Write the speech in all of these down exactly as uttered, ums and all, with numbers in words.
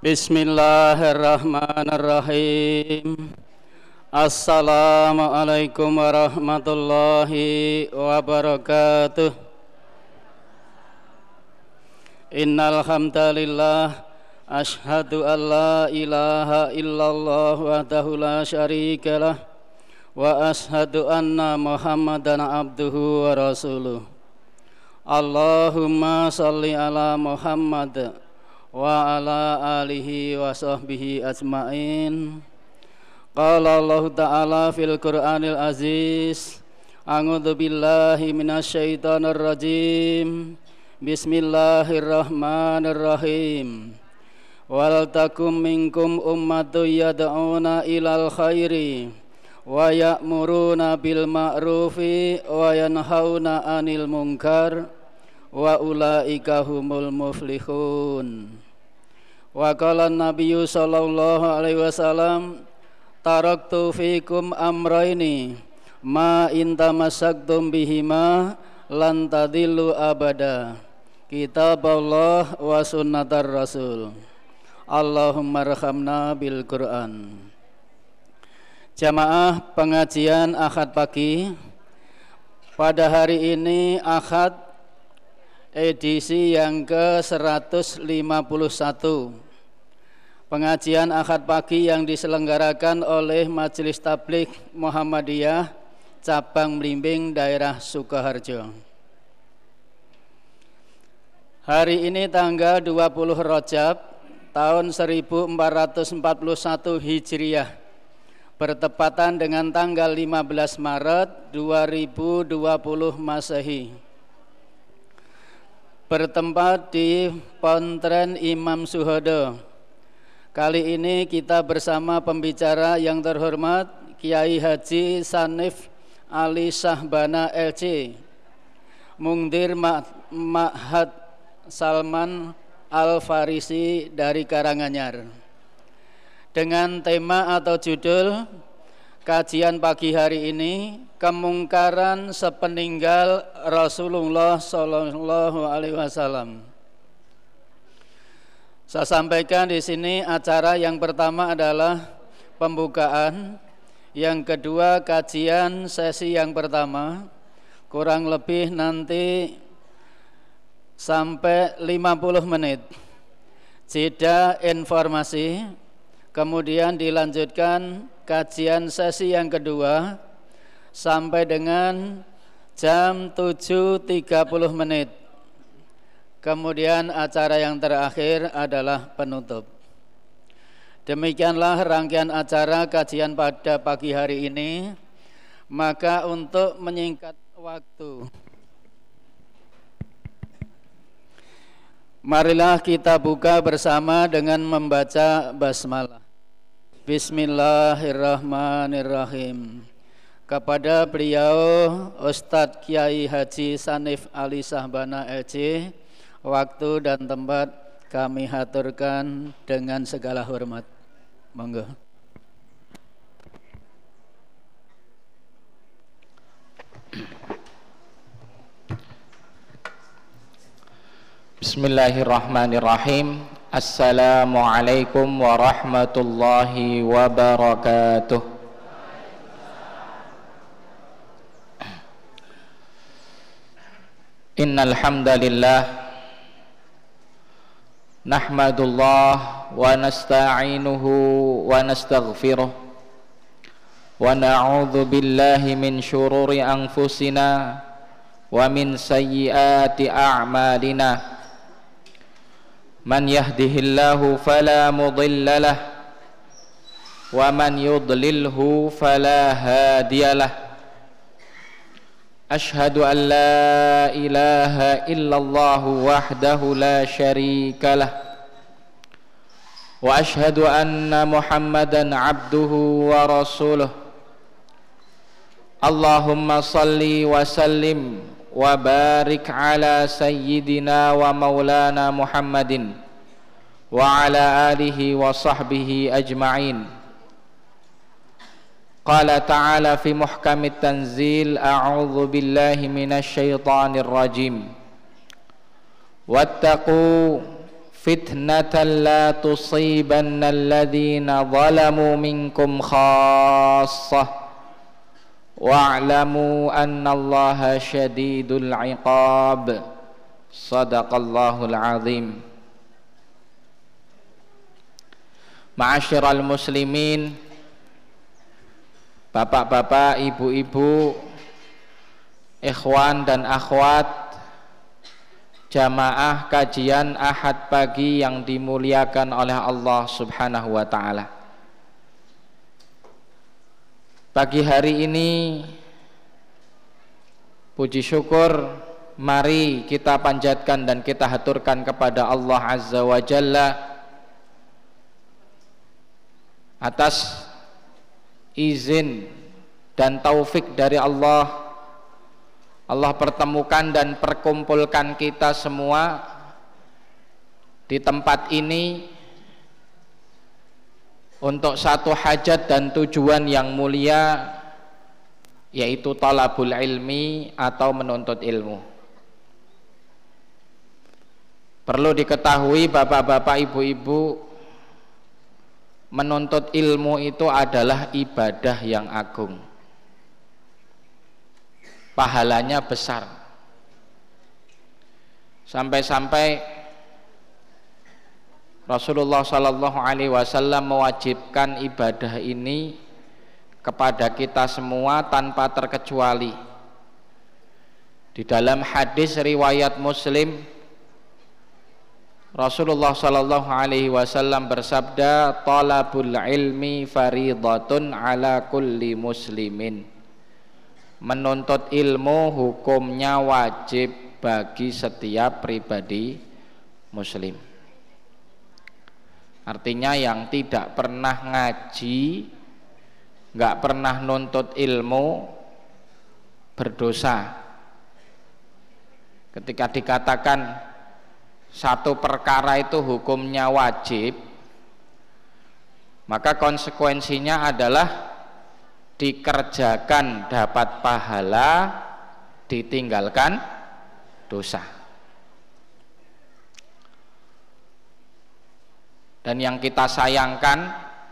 Bismillahirrahmanirrahim. Assalamualaikum warahmatullahi wabarakatuh. Innal hamdalillah asyhadu an la ilaha illallah wahdahu la syarikalah wa asyhadu anna Muhammadan abduhu wa rasuluh. Allahumma shalli ala Muhammad wa ala alihi wa sahbihi ajma'in. Qala Allah ta'ala fil Qur'anil Aziz, a'udzu billahi minasyaitonir rajim. Bismillahirrahmanirrahim. Wal takum minkum ummatun yad'una ilal khairi wa ya'muruna bil ma'rufi wa yanhauna 'anil munkar wa ulaika humul muflihun. Wa qala an-nabiyyu sallallahu alaihi wasallam, taraktu fikum amrayni ma in tamassaktum bihima lan tadillu abada, kitaballah wa sunnatar rasul. Allahumma arhamna bil Qur'an. Jamaah pengajian Ahad pagi, pada hari ini Ahad edisi yang ke seratus lima puluh satu. Pengajian Ahad pagi yang diselenggarakan oleh Majelis Tabligh Muhammadiyah Cabang Blimbing Daerah Sukoharjo. Hari ini tanggal dua puluh Rajab tahun seribu empat ratus empat puluh satu Hijriah, bertepatan dengan tanggal lima belas Maret dua ribu dua puluh Masehi. Bertempat di Pontren Imam Suhodo. Kali ini kita bersama pembicara yang terhormat Kiai Haji Sanif Ali Syahbana L C, Mungdir Ma'had Salman Al-Farisi dari Karanganyar, dengan tema atau judul kajian pagi hari ini, kemungkaran sepeninggal Rasulullah Sallallahu Alaihi Wasallam. Saya sampaikan di sini, acara yang pertama adalah pembukaan, yang kedua kajian sesi yang pertama, kurang lebih nanti sampai lima puluh menit, jeda informasi, kemudian dilanjutkan kajian sesi yang kedua sampai dengan jam tujuh tiga puluh menit. Kemudian acara yang terakhir adalah penutup. Demikianlah rangkaian acara kajian pada pagi hari ini. Maka untuk menyingkat waktu, marilah kita buka bersama dengan membaca basmalah. Bismillahirrahmanirrahim. Kepada beliau Ustadz Kiai Haji Sanif Ali Syahbana L C, waktu dan tempat kami haturkan dengan segala hormat. Monggo. Bismillahirrahmanirrahim. Assalamualaikum warahmatullahi wabarakatuh. Innal hamdalillah nahmadullah wa nasta'inuhu wa nastaghfiruh wa na'udzu billahi min syururi anfusina wa min sayyiati a'malina. Man yahdihillahu fala mudilla lah wa man yudlilhu fala hadiyalah. Ashhadu an la ilaha illallah wahdahu la syarika lah wa ashhadu anna Muhammadan abduhu wa rasuluh. Allahumma salli wa sallim wa barik ala sayyidina wa maulana Muhammadin wa ala alihi wa sahbihi ajma'in. Qala ta'ala fi muhkamit tanzil, a'udzu billahi minasy syaithanir rajim. Wattaqu fitnatan la tusibanna alladhina zalamu minkum khassah wa'lamu annallaha syadidul iqab. Sadaqallahul azim. Ma'asyiral muslimin, bapak-bapak, ibu-ibu, ikhwan dan akhwat, jamaah kajian Ahad pagi yang dimuliakan oleh Allah Subhanahu wa taala. Pagi hari ini puji syukur mari kita panjatkan dan kita haturkan kepada Allah Azza wa Jalla atas izin dan taufik dari Allah. Allah pertemukan dan perkumpulkan kita semua di tempat ini untuk satu hajat dan tujuan yang mulia, yaitu talabul ilmi atau menuntut ilmu. Perlu diketahui bapak-bapak, ibu-ibu, menuntut ilmu itu adalah ibadah yang agung, pahalanya besar. Sampai-sampai Rasulullah Shallallahu Alaihi Wasallam mewajibkan ibadah ini kepada kita semua tanpa terkecuali. Di dalam hadis riwayat Muslim, Rasulullah Shallallahu Alaihi Wasallam bersabda, "Talabul ilmi faridatun ala kulli muslimin." Menuntut ilmu hukumnya wajib bagi setiap pribadi muslim. Artinya yang tidak pernah ngaji, nggak pernah nuntut ilmu, berdosa. Ketika dikatakan satu perkara itu hukumnya wajib, maka konsekuensinya adalah dikerjakan dapat pahala, ditinggalkan dosa. Dan yang kita sayangkan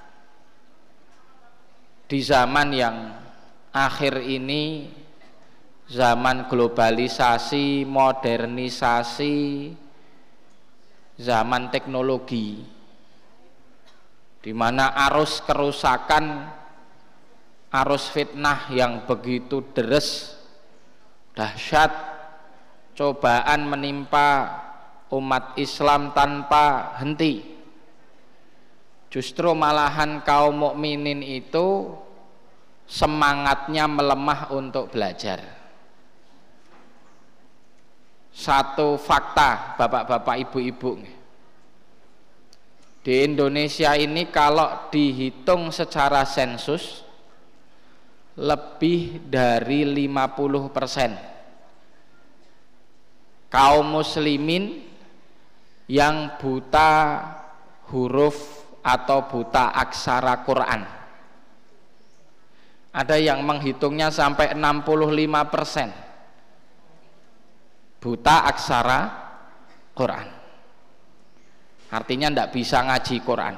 di zaman yang akhir ini, zaman globalisasi, modernisasi, zaman teknologi, di mana arus kerusakan, arus fitnah yang begitu deres, dahsyat, cobaan menimpa umat Islam tanpa henti. Justru malahan kaum mukminin itu semangatnya melemah untuk belajar. Satu fakta, bapak-bapak, ibu-ibu, di Indonesia ini kalau dihitung secara sensus, lebih dari lima puluh persen kaum muslimin yang buta huruf atau buta aksara Quran. Ada yang menghitungnya sampai enam puluh lima persen buta aksara Quran. Artinya tidak bisa ngaji Quran.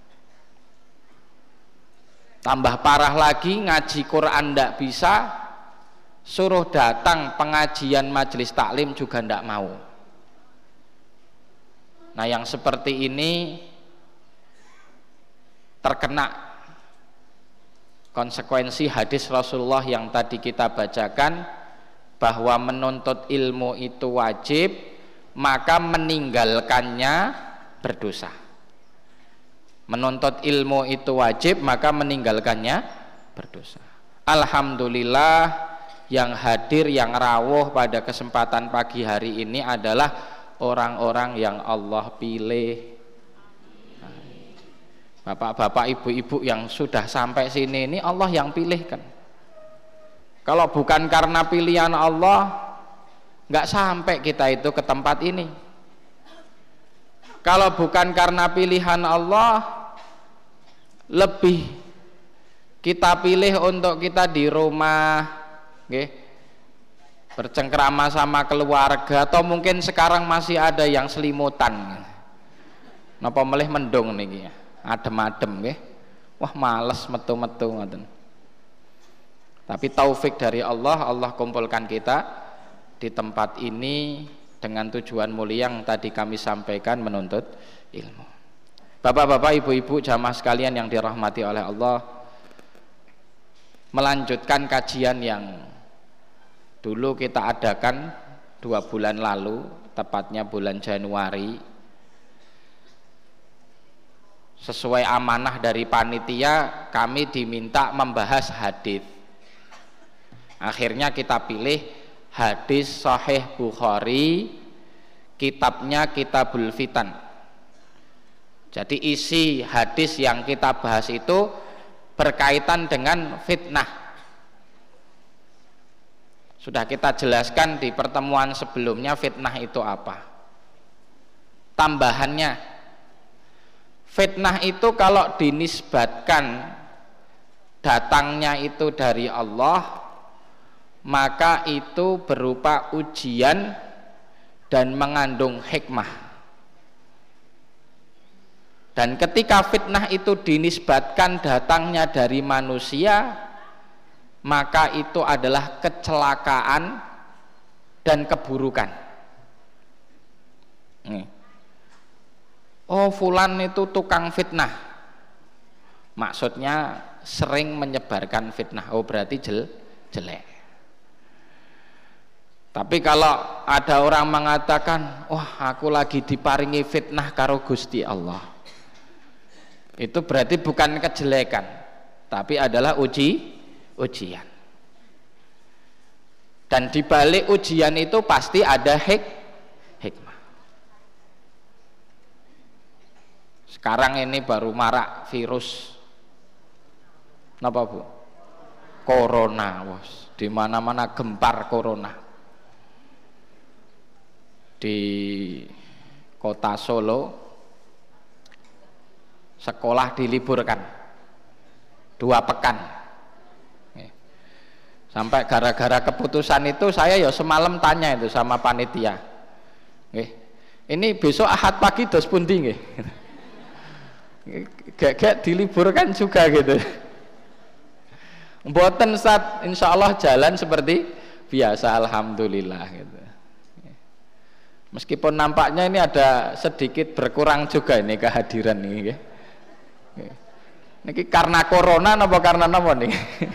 Tambah parah lagi, ngaji Quran tidak bisa, suruh datang pengajian majelis taklim juga tidak mau. Nah, yang seperti ini terkena konsekuensi hadis Rasulullah yang tadi kita bacakan, bahwa menuntut ilmu itu wajib, maka meninggalkannya berdosa. Menuntut ilmu itu wajib, maka meninggalkannya berdosa. Alhamdulillah, yang hadir, yang rawuh pada kesempatan pagi hari ini adalah orang-orang yang Allah pilih. Bapak-bapak, ibu-ibu yang sudah sampai sini ini Allah yang pilihkan. Kalau bukan karena pilihan Allah, nggak sampai kita itu ke tempat ini. Kalau bukan karena pilihan Allah, lebih kita pilih untuk kita di rumah, okay, bercengkrama sama keluarga, atau mungkin sekarang masih ada yang selimutan. Napa melih mendung niki? Adem-adem nggih. Wah, males metu-metu ngoten. Tapi taufik dari Allah, Allah kumpulkan kita di tempat ini dengan tujuan mulia yang tadi kami sampaikan, menuntut ilmu. Bapak-bapak, ibu-ibu, jamaah sekalian yang dirahmati oleh Allah, melanjutkan kajian yang dulu kita adakan dua bulan lalu, tepatnya bulan Januari. Sesuai amanah dari panitia, kami diminta membahas hadis. Akhirnya kita pilih hadis Sahih Bukhari, kitabnya Kitabul Fitan. Jadi isi hadis yang kita bahas itu berkaitan dengan fitnah. Sudah kita jelaskan di pertemuan sebelumnya fitnah itu apa. Tambahannya, fitnah itu kalau dinisbatkan datangnya itu dari Allah, maka itu berupa ujian dan mengandung hikmah. Dan ketika fitnah itu dinisbatkan datangnya dari manusia, maka itu adalah kecelakaan dan keburukan. Oh, fulan itu tukang fitnah, maksudnya sering menyebarkan fitnah. Oh, berarti jel, jelek. Tapi kalau ada orang mengatakan, wah aku lagi diparingi fitnah karo Gusti Allah, itu berarti bukan kejelekan, tapi adalah uji, ujian. Dan di balik ujian itu pasti ada hik, hikmah. Sekarang ini baru marak virus, apa bu? Corona, bos. Di mana-mana gempar corona. Di kota Solo sekolah diliburkan dua pekan, sampai gara-gara keputusan itu saya ya semalam tanya itu sama panitia, ini besok Ahad pagi dos pundi nggih, gak diliburkan juga gitu. Mboten Ustaz, insya Allah jalan seperti biasa, alhamdulillah gitu. Meskipun nampaknya ini ada sedikit berkurang juga ini kehadiran ini. Ini karena corona apa karena apa nih?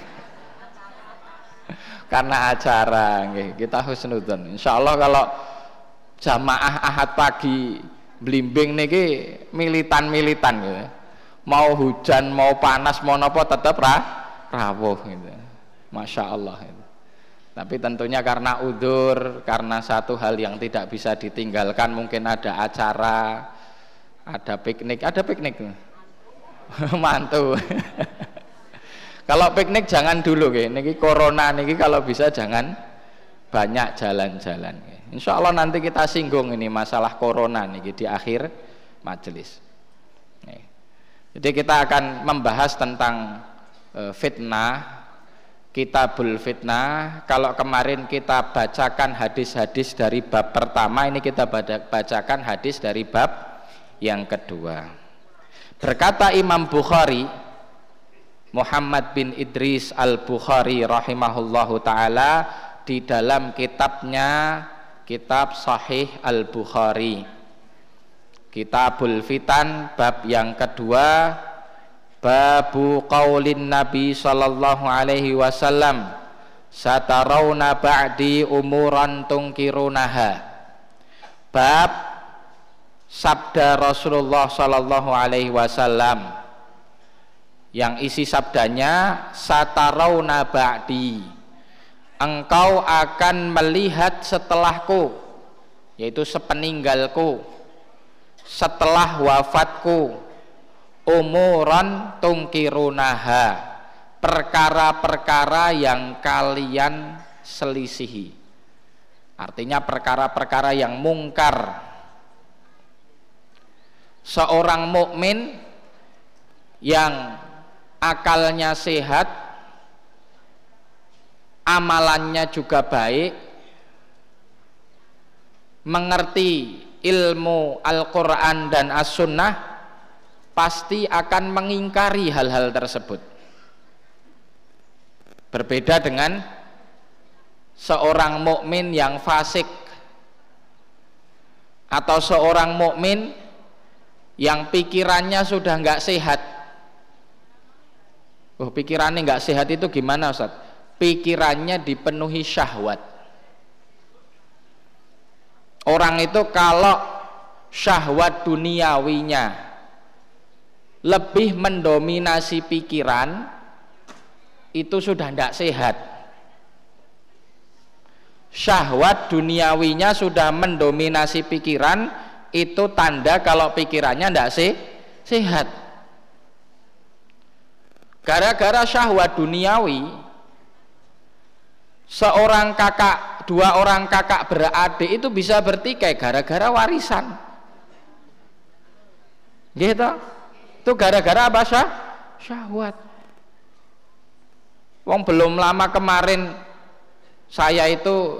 Karena acara. Kita husnudzon. Insya Allah kalau jamaah Ahad pagi blimbing niki militan-militan gitu. Mau hujan, mau panas, mau nopo tetap rah, rawuh gitu. Masya Allah gitu. Tapi tentunya karena udzur, karena satu hal yang tidak bisa ditinggalkan, mungkin ada acara, ada piknik, ada piknik mantu. Kalau piknik jangan dulu, niki corona niki kalau bisa jangan banyak jalan-jalan. Insya Allah nanti kita singgung ini masalah corona niki di akhir majelis. Jadi kita akan membahas tentang fitnah, Kitabul Fitnah. Kalau kemarin kita bacakan hadis-hadis dari bab pertama, ini kita bacakan hadis dari bab yang kedua. Berkata Imam Bukhari, Muhammad bin Idris al-Bukhari rahimahullahu ta'ala, di dalam kitabnya, kitab Sahih al-Bukhari, Kitabul Fitan, bab yang kedua, babu qaulin Nabi sallallahu alaihi wasallam, satarawna ba'di umuran tungkirunaha. Bab sabda Rasulullah sallallahu alaihi wasallam yang isi sabdanya, satarawna ba'di, engkau akan melihat setelahku, yaitu sepeninggalku, setelah wafatku, umuran tungkirunaha, perkara-perkara yang kalian selisihi. Artinya perkara-perkara yang mungkar. Seorang mukmin yang akalnya sehat, amalannya juga baik, mengerti ilmu Al-Quran dan As-Sunnah pasti akan mengingkari hal-hal tersebut. Berbeda dengan seorang mukmin yang fasik atau seorang mukmin yang pikirannya sudah nggak sehat. Oh, pikirannya nggak sehat itu gimana, Ustaz? Pikirannya dipenuhi syahwat. Orang itu kalau syahwat duniawinya lebih mendominasi pikiran, itu sudah tidak sehat. Syahwat duniawinya sudah mendominasi pikiran, itu tanda kalau pikirannya tidak se sehat. Gara-gara syahwat duniawi, seorang kakak, dua orang kakak beradik itu bisa bertikai gara-gara warisan. Gitu. Itu gara-gara apa? Syah? Syahwat. Wong belum lama kemarin saya itu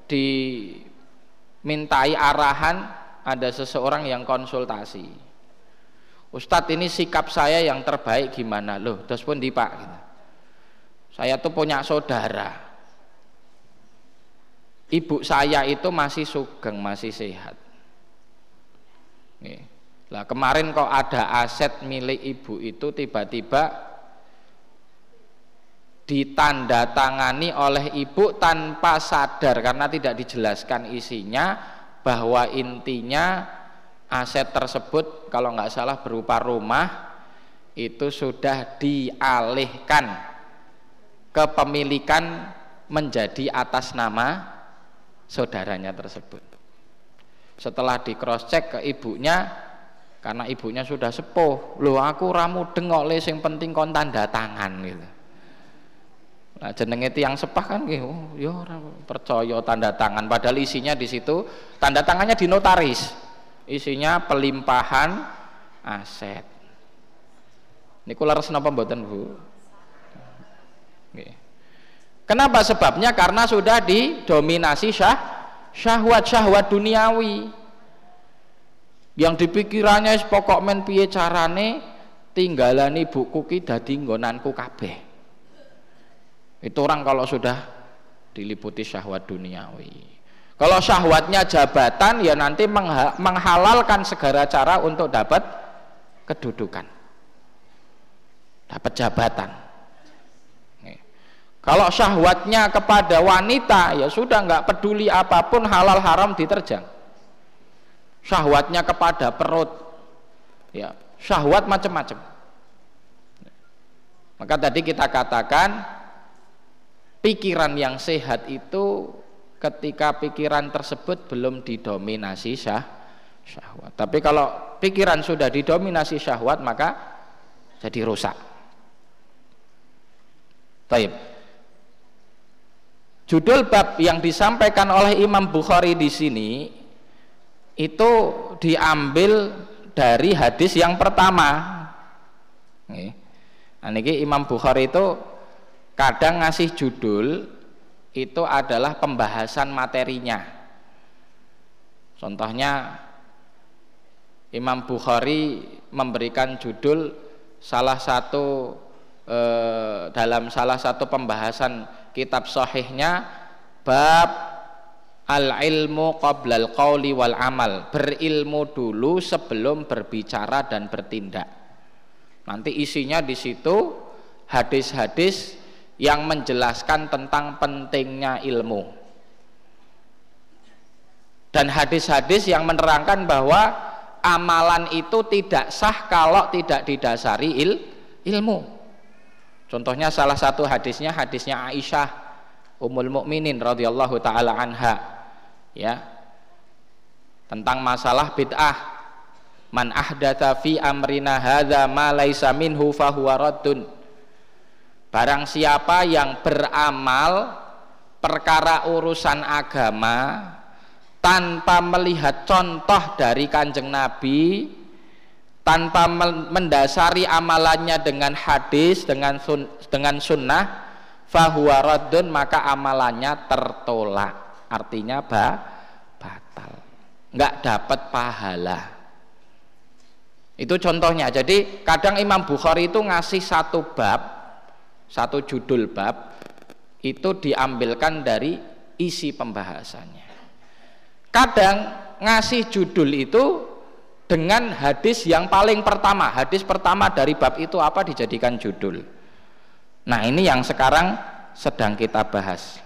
dimintai arahan, ada seseorang yang konsultasi. Ustadz, ini sikap saya yang terbaik gimana? Loh, terus pun di Pak gitu. Saya tuh punya saudara, ibu saya itu masih sugeng, masih sehat. Nih. Lah kemarin kok ada aset milik ibu itu tiba-tiba ditandatangani oleh ibu tanpa sadar, karena tidak dijelaskan isinya, bahwa intinya aset tersebut kalau nggak salah berupa rumah itu sudah dialihkan kepemilikan menjadi atas nama saudaranya tersebut. Setelah di cross check ke ibunya, karena ibunya sudah sepuh, loh aku ramu dengok le sing penting kon tanda tangan gitu. Nah, jenenge tiyang sepah kan nggih, oh ya ora percaya tanda tangan, padahal isinya di situ tanda tangannya di notaris. Isinya pelimpahan aset. Niku leres napa mboten, Bu? Nggih. Kenapa sebabnya? Karena sudah didominasi syah, syahwat-syahwat duniawi. Yang dipikirannya pokok men piye carane tinggalan ibuku ki dadi nggonanku kabeh. Itu orang kalau sudah diliputi syahwat duniawi. Kalau syahwatnya jabatan, ya nanti menghalalkan segala cara untuk dapat kedudukan, dapat jabatan. Kalau syahwatnya kepada wanita, ya sudah nggak peduli apapun, halal haram diterjang. Syahwatnya kepada perut, ya syahwat macam-macam. Maka tadi kita katakan pikiran yang sehat itu ketika pikiran tersebut belum didominasi syah, syahwat. Tapi kalau pikiran sudah didominasi syahwat, maka jadi rusak. Baik. Judul bab yang disampaikan oleh Imam Bukhari di sini itu diambil dari hadis yang pertama. Nih. Nah, ini Imam Bukhari itu kadang ngasih judul itu adalah pembahasan materinya. Contohnya Imam Bukhari memberikan judul salah satu eh, dalam salah satu pembahasan kitab sahihnya, bab al-ilmu qoblal qauli wal amal, berilmu dulu sebelum berbicara dan bertindak. Nanti isinya di situ hadis-hadis yang menjelaskan tentang pentingnya ilmu, dan hadis-hadis yang menerangkan bahwa amalan itu tidak sah kalau tidak didasari il, ilmu. Contohnya salah satu hadisnya hadisnya Aisyah Ummul Mukminin radhiyallahu taala anha, ya, tentang masalah bid'ah. Man ahdatsa fi amrina hadza ma laisa minhu fahuwa raddun. Barang siapa yang beramal perkara urusan agama tanpa melihat contoh dari Kanjeng Nabi, tanpa mendasari amalannya dengan hadis, dengan sun, dengan sunnah, fahuwa raddun, maka amalannya tertolak, artinya ba, batal. nggak dapat pahala. Itu contohnya. Jadi kadang Imam Bukhari itu ngasih satu bab, satu judul bab itu diambilkan dari isi pembahasannya. Kadang ngasih judul itu dengan hadis yang paling pertama, hadis pertama dari bab itu apa dijadikan judul. Nah, ini yang sekarang sedang kita bahas.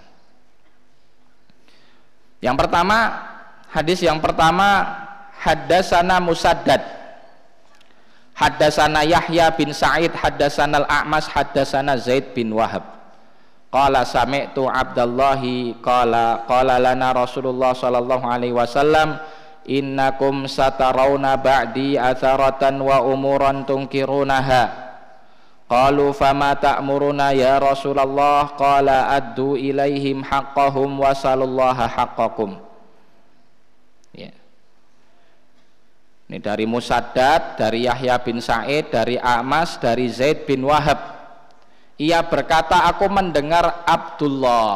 Yang pertama, hadis yang pertama, haddatsana Musaddad, haddatsana Yahya bin Sa'id, haddatsana Al-A'mas, haddatsana Zaid bin Wahab. Qala sami'tu Abdallahi qala qala lana Rasulullah sallallahu alaihi wasallam innakum satarawna ba'di atharatan wa umuran tunkirunaha. Qalu fama ta'muruna ya Rasulullah qala addu ilaihim haqqahum wa salullaha haqqakum. Ya. Ini dari Musaddad, dari Yahya bin Sa'id, dari A'mas, dari Zaid bin Wahab. Ia berkata, aku mendengar Abdullah.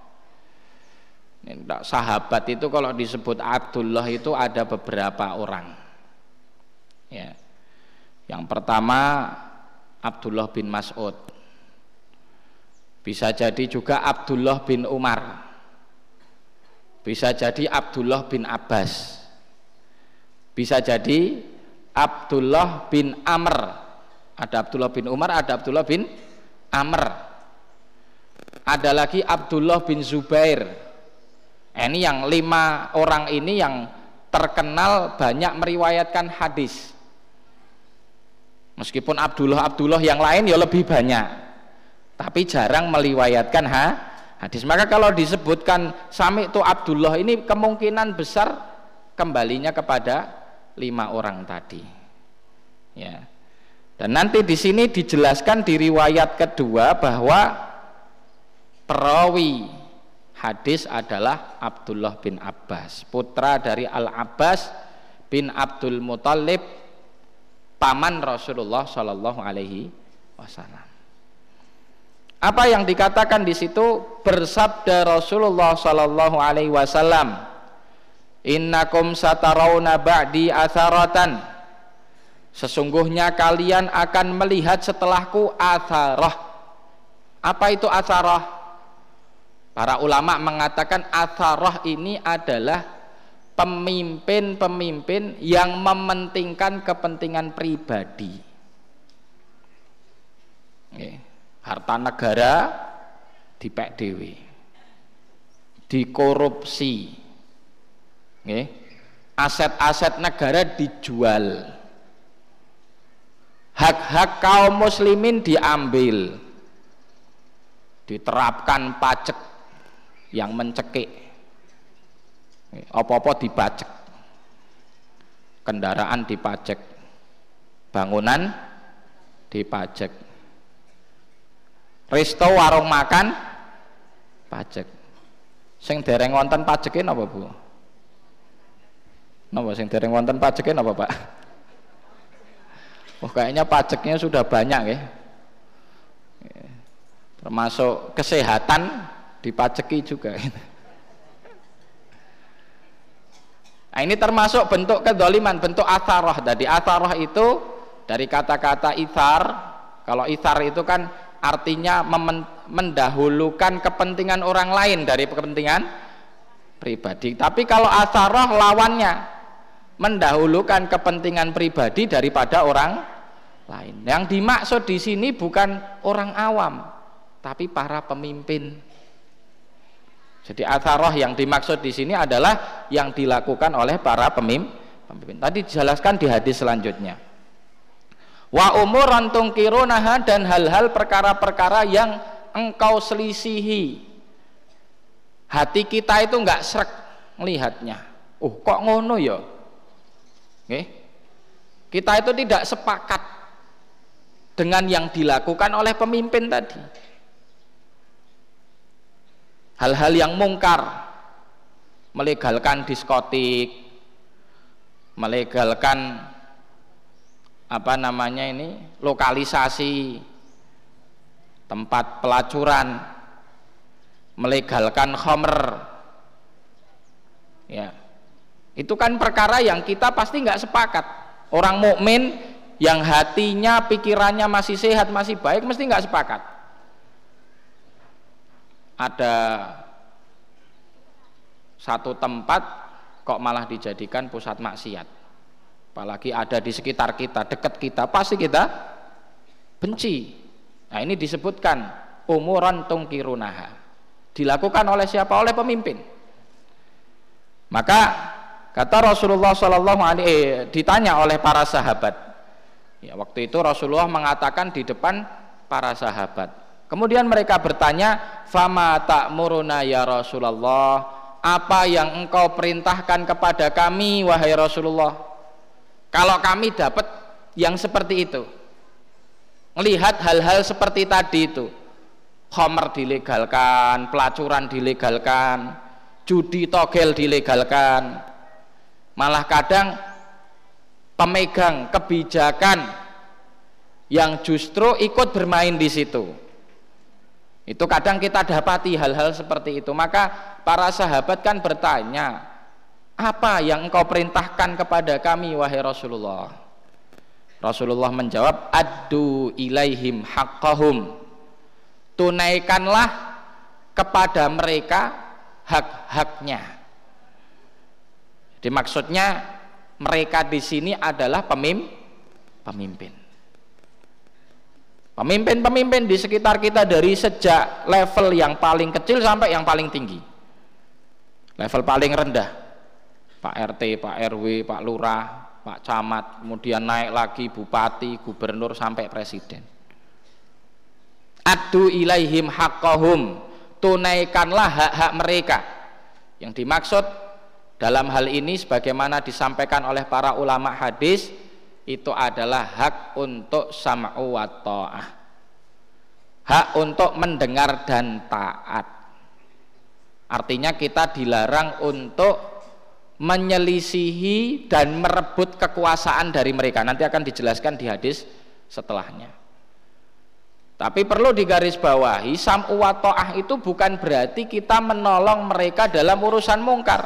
Ini, sahabat itu kalau disebut Abdullah itu ada beberapa orang. Ya. Yang pertama Abdullah bin Mas'ud. Bisa jadi juga Abdullah bin Umar. Bisa jadi Abdullah bin Abbas. Bisa jadi Abdullah bin Amr. Ada Abdullah bin Umar, ada Abdullah bin Amr. Ada lagi Abdullah bin Zubair. Ini yang lima orang ini yang terkenal banyak meriwayatkan hadis. Meskipun Abdullah Abdullah yang lain ya lebih banyak, tapi jarang meriwayatkan ha, hadis. Maka kalau disebutkan sami itu Abdullah, ini kemungkinan besar kembalinya kepada lima orang tadi. Ya. Dan nanti di sini dijelaskan di riwayat kedua bahwa perawi hadis adalah Abdullah bin Abbas, putra dari Al-Abbas bin Abdul Muthalib, paman Rasulullah Shallallahu Alaihi Wasallam. Apa yang dikatakan di situ? Bersabda Rasulullah Shallallahu Alaihi Wasallam, innakum satarawna ba'di atharatan. Sesungguhnya kalian akan melihat setelahku atharah. Apa itu atharah? Para ulama mengatakan atharah ini adalah pemimpin-pemimpin yang mementingkan kepentingan pribadi. Oke. Harta negara dipek dhewe, dikorupsi, oke. Aset-aset negara dijual, hak-hak kaum muslimin diambil, diterapkan pajak yang mencekik, apa-apa dipajak, kendaraan dipajak, bangunan dipajak, resto warung makan pajak. Sing dereng wonten pajeke napa Bu? Napa sing dereng wonten pajeke napa Pak? Oh, kayaknya pajaknya sudah banyak ya. Termasuk kesehatan dipajeki juga. Nah, ini termasuk bentuk kedzaliman, bentuk atharah. Tadi atharah itu dari kata-kata ithar. Kalau ithar itu kan artinya mendahulukan kepentingan orang lain dari kepentingan pribadi. Tapi kalau atharah lawannya, mendahulukan kepentingan pribadi daripada orang lain. Yang dimaksud di sini bukan orang awam, tapi para pemimpin. Jadi atharah yang dimaksud di sini adalah yang dilakukan oleh para pemimpin. Tadi dijelaskan di hadis selanjutnya. Wa umuran tungkirunaha, dan hal-hal perkara-perkara yang engkau selisihi. Hati kita itu enggak srek melihatnya. Oh, kok ngono ya? Oke. Kita itu tidak sepakat dengan yang dilakukan oleh pemimpin tadi. Hal-hal yang mungkar, melegalkan diskotik, melegalkan apa namanya ini, lokalisasi tempat pelacuran, melegalkan khamr, ya, Itu kan perkara yang kita pasti nggak sepakat. Orang mukmin yang hatinya, pikirannya masih sehat, masih baik, mesti nggak sepakat. Ada satu tempat kok malah dijadikan pusat maksiat, apalagi ada di sekitar kita, dekat kita, pasti kita benci. Nah, ini disebutkan umuran tungkirunaha, dilakukan oleh siapa? Oleh pemimpin. Maka kata Rasulullah Shallallahu Alaihi Wasallam, ditanya oleh para sahabat. Ya, waktu itu Rasulullah mengatakan di depan para sahabat. Kemudian mereka bertanya, "Fama ta'muruna ya Rasulullah?" Apa yang engkau perintahkan kepada kami wahai Rasulullah? Kalau kami dapat yang seperti itu, melihat hal-hal seperti tadi itu, khamr dilegalkan, pelacuran dilegalkan, judi togel dilegalkan, malah kadang pemegang kebijakan yang justru ikut bermain di situ. Itu kadang kita dapati hal-hal seperti itu. Maka para sahabat kan bertanya, apa yang engkau perintahkan kepada kami wahai Rasulullah? Rasulullah menjawab, addu ilaihim haqqahum, tunaikanlah kepada mereka hak-haknya. Jadi maksudnya mereka di sini adalah pemim, pemimpin. Pemimpin-pemimpin di sekitar kita dari sejak level yang paling kecil sampai yang paling tinggi. Level paling rendah, Pak R T, Pak R W, Pak Lurah, Pak Camat, kemudian naik lagi Bupati, Gubernur sampai Presiden. Addu ilaihim haqqahum, tunaikanlah hak-hak mereka. Yang dimaksud dalam hal ini sebagaimana disampaikan oleh para ulama hadis, itu adalah hak untuk sam'u wa ta'ah, hak untuk mendengar dan taat. Artinya kita dilarang untuk menyelisihi dan merebut kekuasaan dari mereka. Nanti akan dijelaskan di hadis setelahnya. Tapi perlu digarisbawahi, sam'u wa ta'ah itu bukan berarti kita menolong mereka dalam urusan mungkar.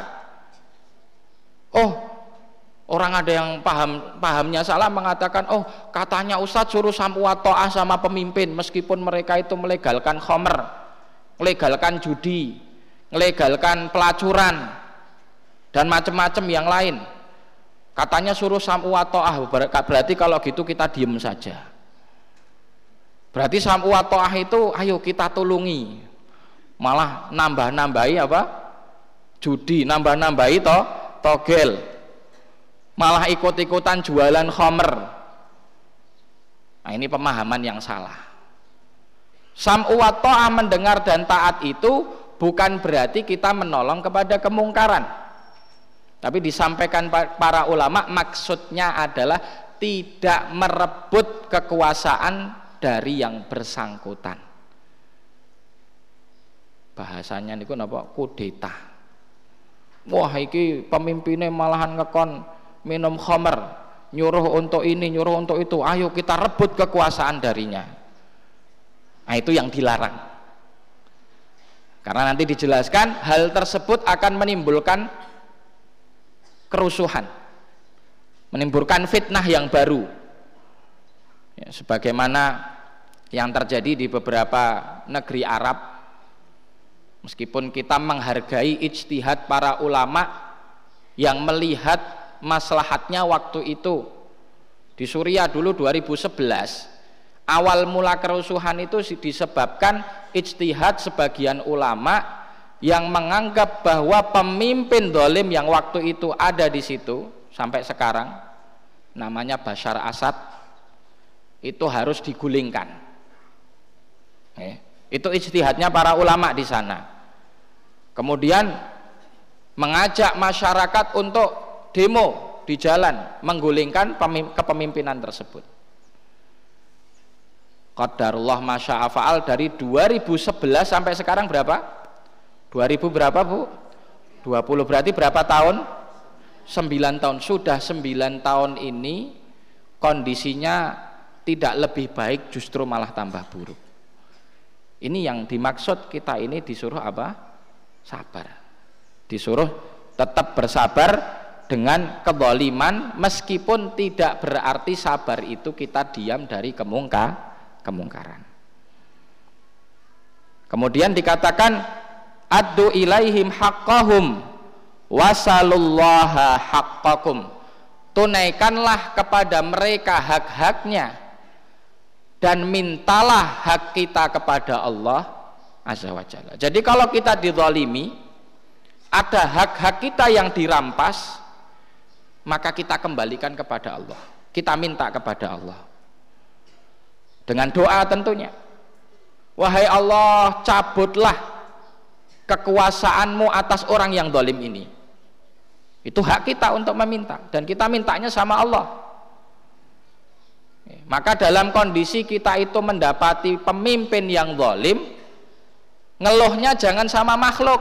Oh, orang ada yang paham pahamnya salah mengatakan, oh katanya Ustadz suruh sam'u wa ta'ah sama pemimpin meskipun mereka itu melegalkan khamr, melegalkan judi, melegalkan pelacuran dan macam-macam yang lain. Katanya suruh sam'u wa ta'ah, berarti kalau gitu kita diem saja. Berarti sam'u wa ta'ah itu ayo kita tulungi. Malah nambah-nambahi apa? Judi, nambah-nambahi to, togel. Malah ikut-ikutan jualan khamr. Nah, ini pemahaman yang salah. Sam'u wa ta'ah, mendengar dan taat itu bukan berarti kita menolong kepada kemungkaran. Tapi disampaikan para ulama maksudnya adalah tidak merebut kekuasaan dari yang bersangkutan. Bahasanya niku napa? Kudeta. Wah, iki pemimpinnya malahan ngekon minum khamr, nyuruh untuk ini, nyuruh untuk itu, ayo kita rebut kekuasaan darinya. Nah, itu yang dilarang, karena nanti dijelaskan hal tersebut akan menimbulkan kerusuhan, menimbulkan fitnah yang baru ya, sebagaimana yang terjadi di beberapa negeri Arab. Meskipun kita menghargai ijtihad para ulama yang melihat maslahatnya waktu itu, di Suriah dulu dua ribu sebelas awal mula kerusuhan itu disebabkan ijtihad sebagian ulama yang menganggap bahwa pemimpin dolim yang waktu itu ada di situ sampai sekarang, namanya Bashar Assad, itu harus digulingkan. eh, itu ijtihadnya para ulama di sana. Kemudian mengajak masyarakat untuk demo di jalan menggulingkan kepemimpinan tersebut. Qadarullah masya'a fa'al, dari dua ribu sebelas sampai sekarang berapa? dua ribu berapa, Bu? dua puluh, berarti berapa tahun? sembilan tahun. Sudah sembilan tahun ini kondisinya tidak lebih baik, justru malah tambah buruk. Ini yang dimaksud kita ini disuruh apa? Sabar. Disuruh tetap bersabar dengan kezaliman, meskipun tidak berarti sabar itu kita diam dari kemungka, kemungkaran. Kemudian dikatakan addu ilaihim haqqahum wasalullaha haqqakum, tunaikanlah kepada mereka hak-haknya dan mintalah hak kita kepada Allah Azza wa Jalla. Jadi kalau kita dizalimi, ada hak-hak kita yang dirampas, maka kita kembalikan kepada Allah, kita minta kepada Allah dengan doa tentunya. Wahai Allah, cabutlah kekuasaanmu atas orang yang zalim ini. Itu hak kita untuk meminta, dan kita mintanya sama Allah. Maka dalam kondisi kita itu mendapati pemimpin yang zalim, ngeluhnya jangan sama makhluk.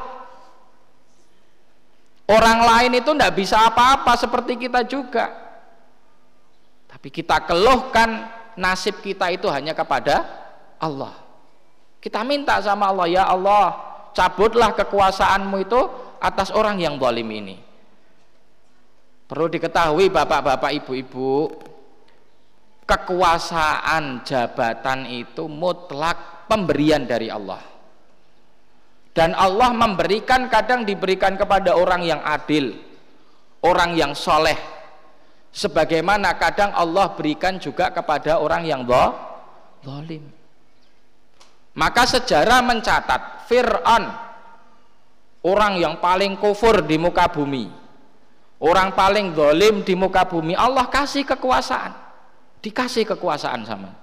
Orang lain itu tidak bisa apa-apa seperti kita juga, tapi kita keluhkan nasib kita itu hanya kepada Allah. Kita minta sama Allah, ya Allah, cabutlah kekuasaanmu itu atas orang yang zalim ini. Perlu diketahui bapak-bapak, ibu-ibu, kekuasaan jabatan itu mutlak pemberian dari Allah. Dan Allah memberikan, kadang diberikan kepada orang yang adil, orang yang soleh, sebagaimana kadang Allah berikan juga kepada orang yang zalim. Maka sejarah mencatat Fir'aun, orang yang paling kufur di muka bumi, orang paling zalim di muka bumi, Allah kasih kekuasaan, dikasih kekuasaan sama.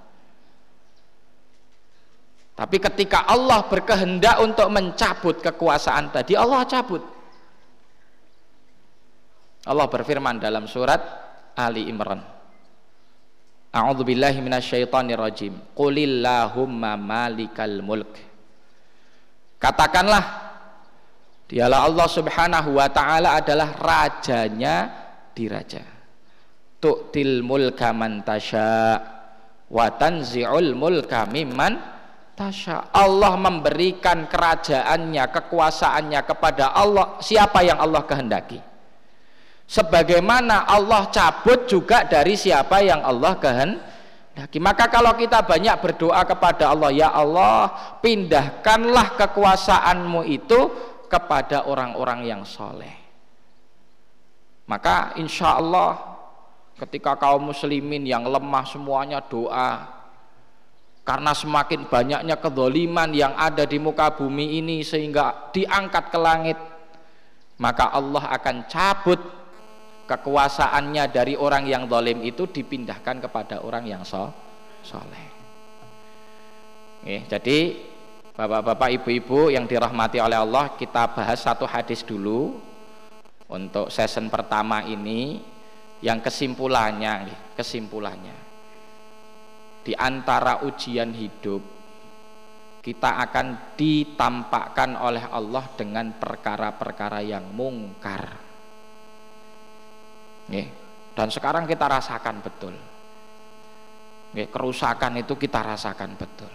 Tapi ketika Allah berkehendak untuk mencabut kekuasaan tadi, Allah cabut. Allah berfirman dalam surat Ali Imran, A'udzubillahi minasyaitonirrajim, Qulillahumma malikal mulk. Katakanlah, dialah Allah subhanahu wa ta'ala adalah rajanya diraja. Tu'til mulka man tasha wa tanzi'ul mulka mimman tasha. Allah memberikan kerajaannya, kekuasaannya kepada Allah, siapa yang Allah kehendaki. Sebagaimana Allah cabut juga dari siapa yang Allah kehendaki. Maka kalau kita banyak berdoa kepada Allah, ya Allah, pindahkanlah kekuasaanmu itu kepada orang-orang yang soleh, maka insya Allah ketika kaum muslimin yang lemah semuanya doa, karena semakin banyaknya kezaliman yang ada di muka bumi ini sehingga diangkat ke langit, maka Allah akan cabut kekuasaannya dari orang yang zalim itu, dipindahkan kepada orang yang soleh. Oke, jadi bapak-bapak, ibu-ibu yang dirahmati oleh Allah, kita bahas satu hadis dulu untuk season pertama ini, yang kesimpulannya, kesimpulannya di antara ujian hidup kita akan ditampakkan oleh Allah dengan perkara-perkara yang mungkar. Dan sekarang kita rasakan betul, kerusakan itu kita rasakan betul.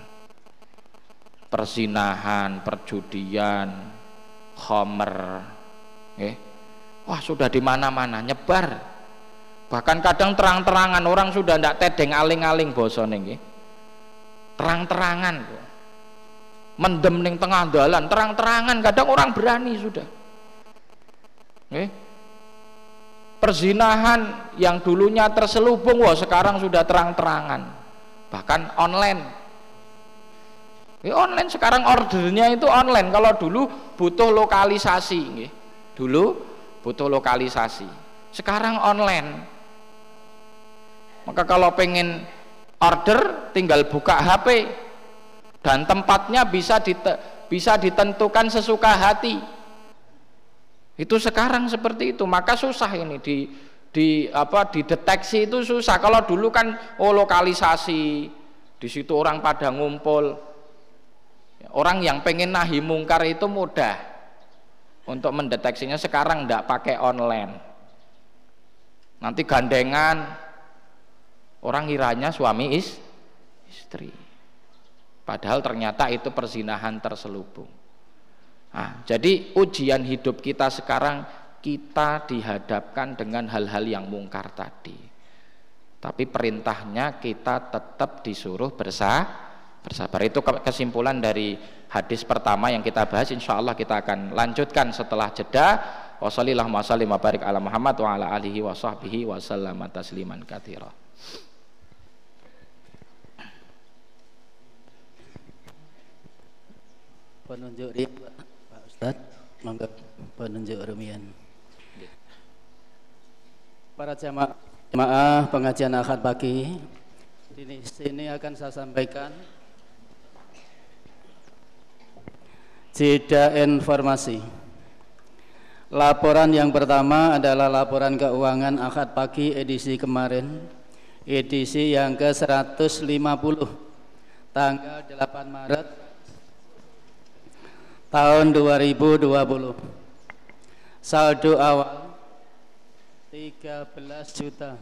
Perzinahan, perjudian, khomer, eh, wah sudah di mana-mana nyebar. Bahkan kadang terang-terangan, orang sudah tidak tedeng aling-aling bosone nggih. Terang-terangan, mendem ning tengah dalan, terang-terangan, kadang orang berani sudah. Eh, perzinahan yang dulunya terselubung, wah sekarang sudah terang-terangan, bahkan online. Ya, online sekarang ordernya itu online. Kalau dulu butuh lokalisasi, dulu butuh lokalisasi, sekarang online. Maka kalau pengen order tinggal buka H P dan tempatnya bisa dite, bisa ditentukan sesuka hati. Itu sekarang seperti itu. Maka susah ini di di apa dideteksi, itu susah. Kalau dulu kan oh lokalisasi, di situ orang pada ngumpul. Orang yang pengen nahi mungkar itu mudah untuk mendeteksinya. Sekarang enggak pakai online, nanti gandengan, orang kiranya suami is, istri, padahal ternyata itu perzinahan terselubung. Nah, jadi ujian hidup kita sekarang kita dihadapkan dengan hal-hal yang mungkar tadi. Tapi perintahnya kita tetap disuruh bersah, bersabar. Itu kesimpulan dari hadis pertama yang kita bahas. Insya Allah kita akan lanjutkan setelah jeda. Wassallallahu wasallim wa barik ala Muhammad wa ala alihi wa sahbihi wa sallama tasliman katsira. Penunjuk riba Pak Ustaz, monggo penunjuk rumian. Para jamaah jamaah pengajian Ahad pagi, di sini akan saya sampaikan jeda informasi. Laporan yang pertama adalah laporan keuangan Ahad pagi edisi kemarin, edisi yang ke seratus lima puluh, tanggal delapan Maret tahun dua ribu dua puluh. Saldo awal tiga belas juta.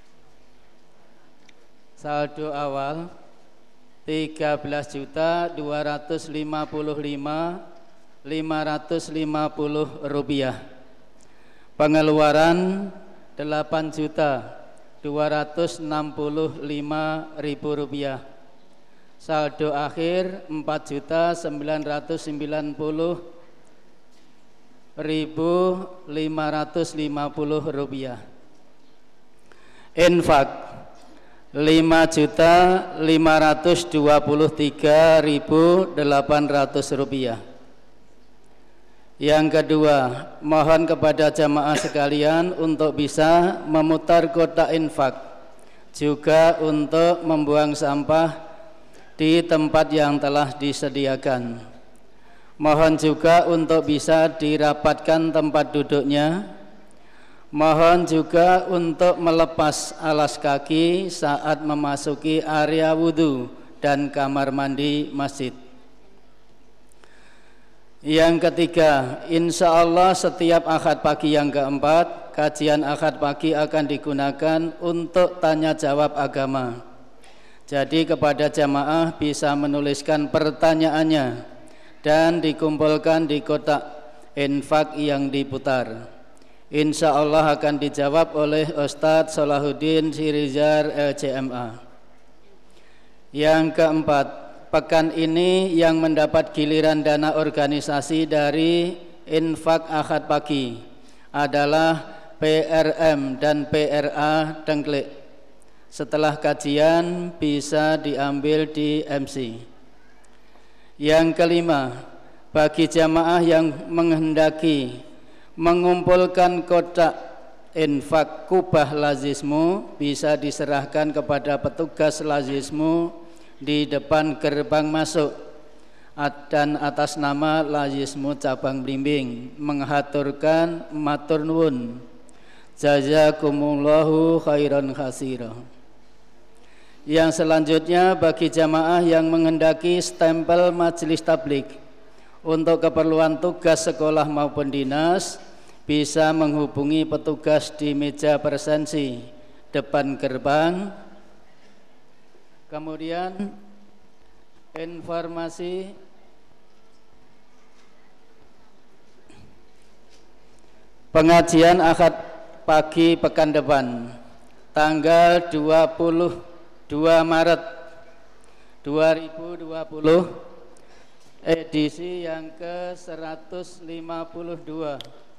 Saldo awal tiga belas juta dua ratus lima puluh lima ribu lima ratus lima puluh rupiah. Pengeluaran delapan juta dua ratus enam puluh lima ribu rupiah. Saldo akhir empat juta sembilan ratus sembilan puluh ribu lima ratus lima puluh rupiah. Infak lima juta lima ratus dua puluh tiga ribu delapan ratus rupiah. Yang kedua, mohon kepada jamaah sekalian untuk bisa memutar kotak infak, juga untuk membuang sampah di tempat yang telah disediakan. Mohon juga untuk bisa dirapatkan tempat duduknya. Mohon juga untuk melepas alas kaki saat memasuki area wudhu dan kamar mandi masjid. Yang ketiga, insya Allah setiap Ahad pagi yang keempat, kajian Ahad pagi akan digunakan untuk tanya jawab agama. Jadi kepada jamaah bisa menuliskan pertanyaannya dan dikumpulkan di kotak infak yang diputar. Insya Allah akan dijawab oleh Ustadz Salahuddin Sirizar L C M A. Yang keempat, pekan ini yang mendapat giliran dana organisasi dari infak Ahad pagi adalah P R M dan P R A Dengklik. Setelah kajian bisa diambil di M C. Yang kelima, bagi jamaah yang menghendaki mengumpulkan kotak infak kubah lazismu bisa diserahkan kepada petugas lazismu di depan gerbang masuk dan atas nama lazismu cabang Blimbing menghaturkan matur nuwun jazakumullahu khairan khasira. Yang selanjutnya bagi jamaah yang menghendaki stempel majelis tablik untuk keperluan tugas sekolah maupun dinas bisa menghubungi petugas di meja presensi depan gerbang. Kemudian informasi pengajian Ahad pagi pekan depan tanggal dua puluh dua Maret dua ribu dua puluh, edisi yang ke seratus lima puluh dua.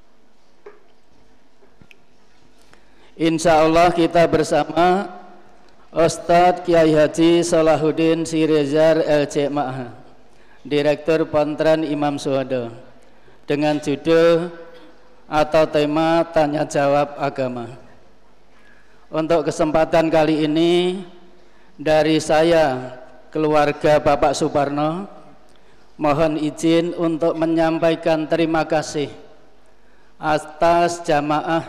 Insya Allah kita bersama Ustadz Kiai Haji Salahuddin Sirizar L C M A, Direktur Pontren Imam Suhada, dengan judul atau tema tanya jawab agama. Untuk kesempatan kali ini dari saya keluarga Bapak Suparno mohon izin untuk menyampaikan terima kasih atas jamaah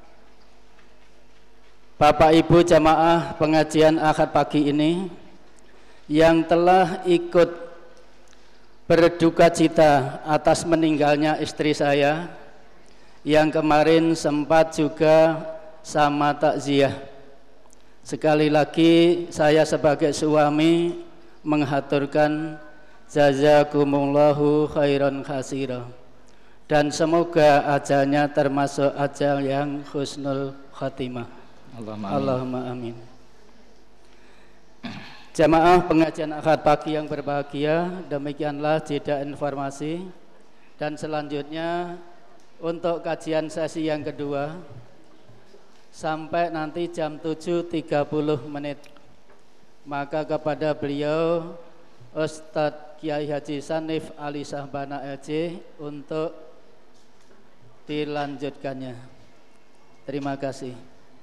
Bapak Ibu jamaah pengajian Ahad pagi ini yang telah ikut berduka cita atas meninggalnya istri saya yang kemarin sempat juga sama takziah. Sekali lagi saya sebagai suami menghaturkan jazakumullahu khairan khasira dan semoga ajalnya termasuk ajal yang husnul khatimah. Allahumma amin. Allahumma amin. Jamaah pengajian Ahad pagi yang berbahagia, demikianlah jeda informasi, dan selanjutnya untuk kajian sesi yang kedua sampai nanti jam tujuh tiga puluh menit. Maka kepada beliau Ustadz Kiai Haji Sanif Ali Sahbana L C untuk dilanjutkannya. Terima kasih.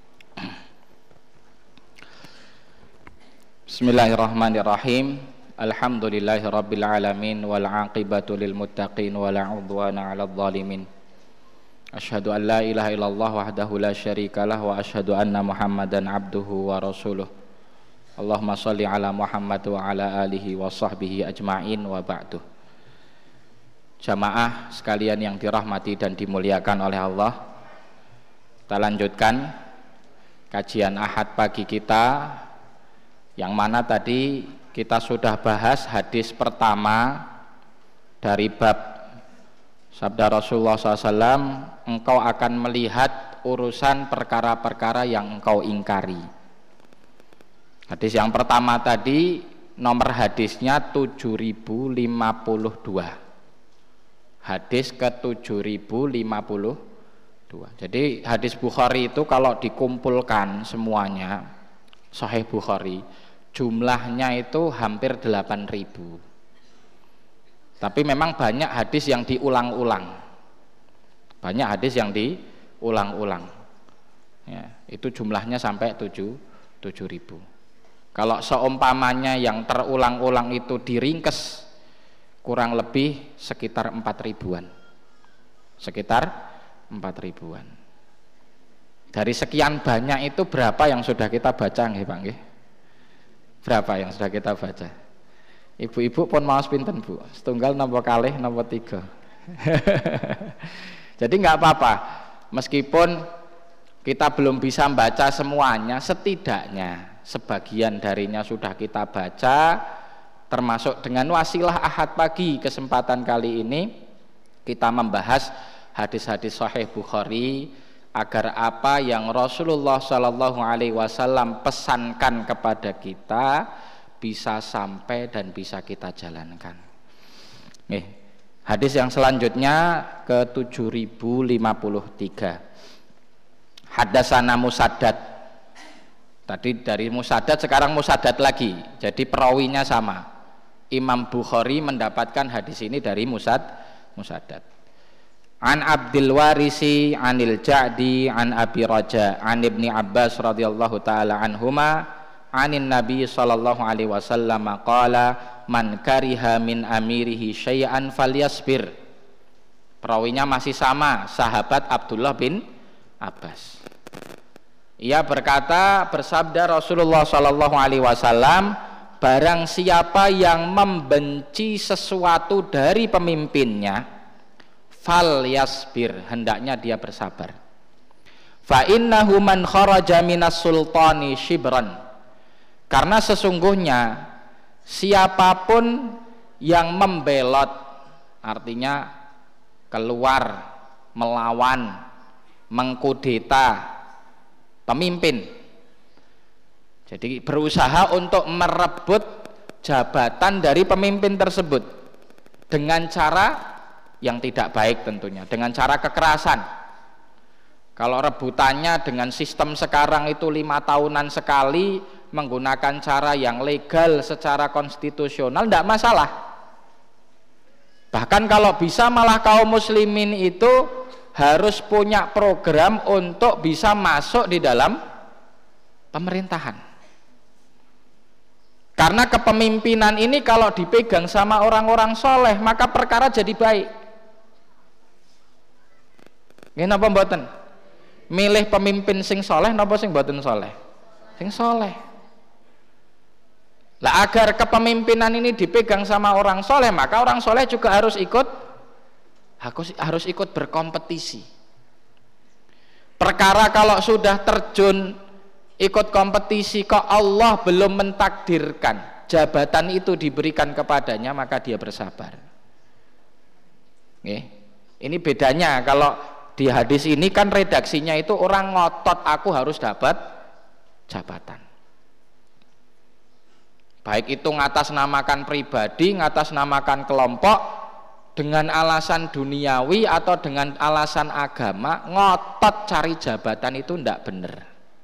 Bismillahirrahmanirrahim. Alhamdulillahirabbil alamin wal aqibatu lil muttaqin wala udwana 'alal zalimin. Asyhadu an la ilaha illallah wahdahu la syarikalah wa asyhadu anna Muhammadan abduhu wa rasuluh. Allahumma shalli ala Muhammad wa ala alihi wa sahbihi ajma'in wa ba'du. Jamaah sekalian yang dirahmati dan dimuliakan oleh Allah, kita lanjutkan kajian Ahad pagi kita, yang mana tadi kita sudah bahas hadis pertama dari bab sabda Rasulullah shallallahu alaihi wasallam, engkau akan melihat urusan perkara-perkara yang engkau ingkari. Hadis yang pertama tadi nomor hadisnya tujuh ribu lima puluh dua, hadis ke tujuh ribu lima puluh dua. Jadi hadis Bukhari itu kalau dikumpulkan semuanya, Sahih Bukhari, jumlahnya itu hampir delapan ribu. Tapi memang banyak hadis yang diulang-ulang, banyak hadis yang diulang-ulang ya, itu jumlahnya sampai tujuh ribu. Kalau seumpamanya yang terulang-ulang itu diringkes, kurang lebih sekitar empat ribuan, sekitar empat ribuan. Dari sekian banyak itu berapa yang sudah kita baca nggih Pak nggih? Berapa yang sudah kita baca? Ibu-ibu pun maos pinten Bu? Setunggal napa kalih napa tiga? Jadi nggak apa-apa, meskipun kita belum bisa baca semuanya, setidaknya sebagian darinya sudah kita baca, termasuk dengan wasilah Ahad pagi kesempatan kali ini kita membahas hadis-hadis Sahih Bukhari, agar apa yang Rasulullah Shallallahu Alaihi Wasallam pesankan kepada kita bisa sampai dan bisa kita jalankan. Nih, hadis yang selanjutnya ke tujuh ribu lima puluh tiga. Haddatsana Musaddad. Tadi dari Musaddad, sekarang Musaddad lagi. Jadi perawinya sama. Imam Bukhari mendapatkan hadis ini dari Musad Musaddad. An Abdul Warisi anil Ja'di an Abi Raja an Ibni Abbas radhiyallahu taala anhuma anin Nabi sallallahu alaihi wasallam qala man kariha min amirihi syai'an falyasbir. Perawinya masih sama, sahabat Abdullah bin Abbas. Ia berkata, bersabda Rasulullah sallallahu alaihi wasallam, barang siapa yang membenci sesuatu dari pemimpinnya, fal yasbir, hendaknya dia bersabar. Fa innahu man kharaja minas sultani shibran, karena sesungguhnya siapapun yang membelot, artinya keluar melawan, mengkudeta pemimpin, jadi berusaha untuk merebut jabatan dari pemimpin tersebut dengan cara yang tidak baik, tentunya dengan cara kekerasan. Kalau rebutannya dengan sistem sekarang itu lima tahunan sekali, menggunakan cara yang legal secara konstitusional, tidak masalah. Bahkan kalau bisa malah kaum muslimin itu harus punya program untuk bisa masuk di dalam pemerintahan. Karena kepemimpinan ini kalau dipegang sama orang-orang soleh, maka perkara jadi baik. Ini napa mboten? Milih pemimpin sing soleh napa sing mboten soleh? Sing soleh. Lah agar kepemimpinan ini dipegang sama orang soleh, maka orang soleh juga harus ikut harus ikut berkompetisi. Perkara kalau sudah terjun ikut kompetisi kok Allah belum mentakdirkan jabatan itu diberikan kepadanya, maka dia bersabar. Nggih. Ini bedanya, kalau di hadis ini kan redaksinya itu orang ngotot aku harus dapat jabatan. Baik itu ngatasnamakan pribadi, ngatasnamakan kelompok, dengan alasan duniawi atau dengan alasan agama, ngotot cari jabatan itu tidak benar.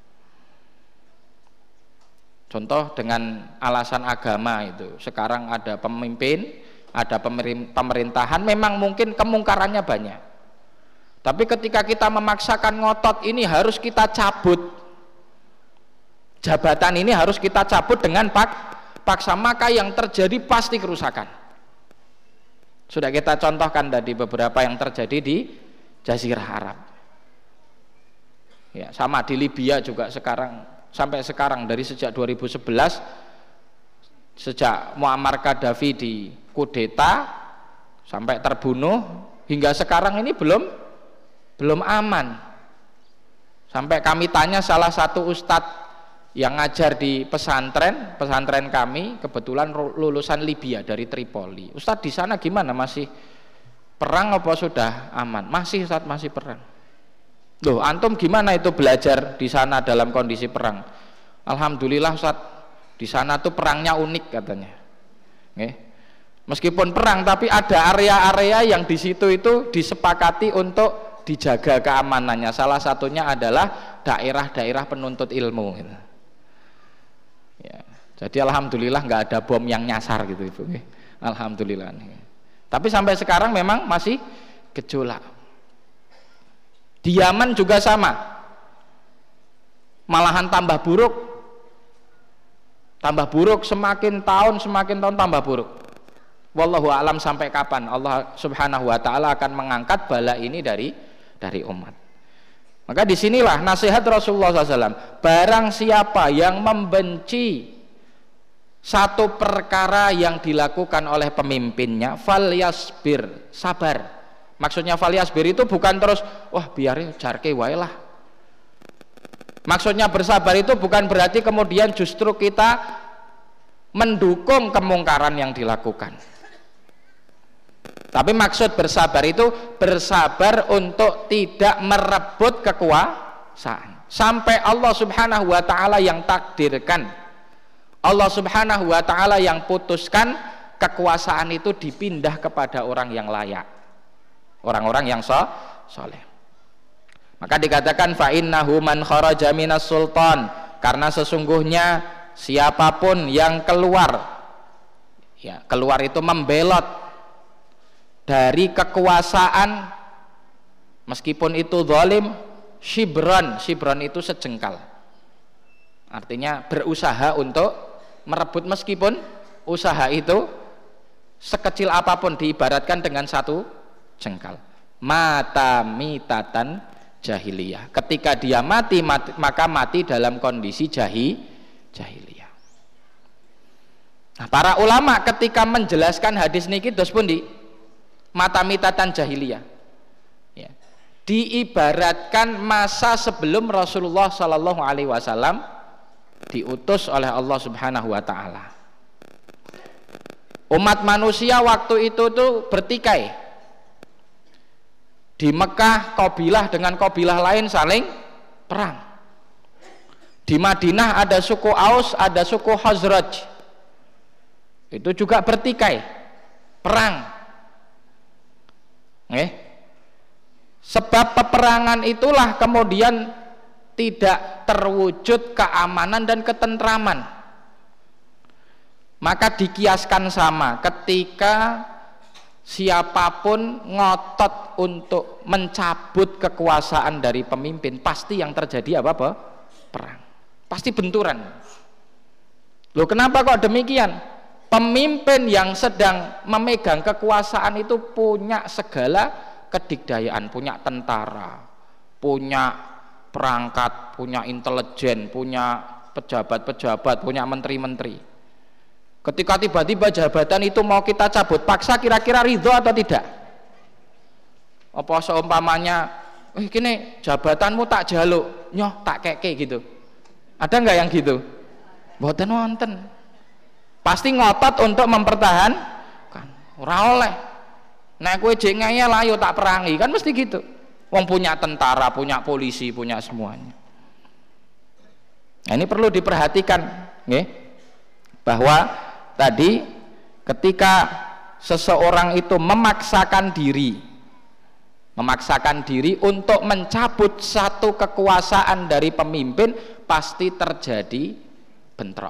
Contoh dengan alasan agama itu, sekarang ada pemimpin, ada pemerintahan, memang mungkin kemungkarannya banyak. Tapi ketika kita memaksakan ngotot, ini harus kita cabut. Jabatan ini harus kita cabut dengan pak, paksa, maka yang terjadi pasti kerusakan. Sudah kita contohkan tadi beberapa yang terjadi di Jazirah Arab. Ya, sama di Libya juga sekarang, sampai sekarang dari sejak dua ribu sebelas, sejak Muammar Gaddafi di kudeta sampai terbunuh hingga sekarang ini belum belum aman. Sampai kami tanya salah satu ustadz yang ngajar di pesantren pesantren kami, kebetulan lulusan Libya dari Tripoli, Ustadz di sana gimana, masih perang apa sudah aman? Masih Ustadz, masih perang. Loh, antum gimana itu belajar di sana dalam kondisi perang? Alhamdulillah Ustadz, di sana tuh perangnya unik katanya. Nggih. Meskipun perang, tapi ada area-area yang di situ itu disepakati untuk dijaga keamanannya. Salah satunya adalah daerah-daerah penuntut ilmu. Ya, jadi alhamdulillah nggak ada bom yang nyasar gitu, Ibu. Alhamdulillah. Tapi sampai sekarang memang masih gejolak. Di Yaman juga sama. Malahan tambah buruk. Tambah buruk, semakin tahun semakin tahun tambah buruk. Wallahu a'lam sampai kapan Allah Subhanahu wa taala akan mengangkat bala ini dari dari umat. Maka disinilah nasihat Rasulullah shallallahu alaihi wasallam, barang siapa yang membenci satu perkara yang dilakukan oleh pemimpinnya, falyasbir, sabar. Maksudnya falyasbir itu bukan terus wah biarin jarke wae lah. Maksudnya bersabar itu bukan berarti kemudian justru kita mendukung kemungkaran yang dilakukan. Tapi maksud bersabar itu bersabar untuk tidak merebut kekuasaan sampai Allah Subhanahu wa taala yang takdirkan, Allah Subhanahu wa taala yang putuskan kekuasaan itu dipindah kepada orang yang layak, orang-orang yang soleh. Maka dikatakan fa innahu man kharaja minas sultan, karena sesungguhnya siapapun yang keluar, ya keluar itu membelot dari kekuasaan, meskipun itu zalim, shibron, shibron itu sejengkal, artinya berusaha untuk merebut, meskipun usaha itu sekecil apapun diibaratkan dengan satu jengkal. Mata mitatan jahiliyah, ketika dia mati, mati maka mati dalam kondisi jahi, jahiliyah. Nah, para ulama ketika menjelaskan hadis niki dos pundi mata mitatan jahiliyah, ya, diibaratkan masa sebelum Rasulullah Shallallahu Alaihi Wasallam diutus oleh Allah Subhanahu Wa Taala. Umat manusia waktu itu tuh bertikai. Di Mekah kabilah dengan kabilah lain saling perang. Di Madinah ada suku Aus, ada suku Khazraj. Itu juga bertikai, perang. Eh, sebab peperangan itulah kemudian tidak terwujud keamanan dan ketentraman. Maka dikiaskan sama ketika siapapun ngotot untuk mencabut kekuasaan dari pemimpin, pasti yang terjadi apa apa? Perang, pasti benturan. Loh, kenapa kok demikian? Pemimpin yang sedang memegang kekuasaan itu punya segala kedikdayaan, punya tentara, punya perangkat, punya intelijen, punya pejabat-pejabat, punya menteri-menteri. Ketika tiba-tiba jabatan itu mau kita cabut paksa, kira-kira ridho atau tidak? Apa seumpamanya, eh gini jabatanmu tak jaluk, nyoh tak keke gitu. Ada nggak yang gitu? Mboten wonten. Pasti ngotot untuk mempertahankan, ora oleh. Nah kowe jek ngeyel ayo tak perangi, kan mesti gitu. Wong punya tentara, punya polisi, punya semuanya. Nah, ini perlu diperhatikan, nggih. Bahwa tadi ketika seseorang itu memaksakan diri memaksakan diri untuk mencabut satu kekuasaan dari pemimpin, pasti terjadi bentrok.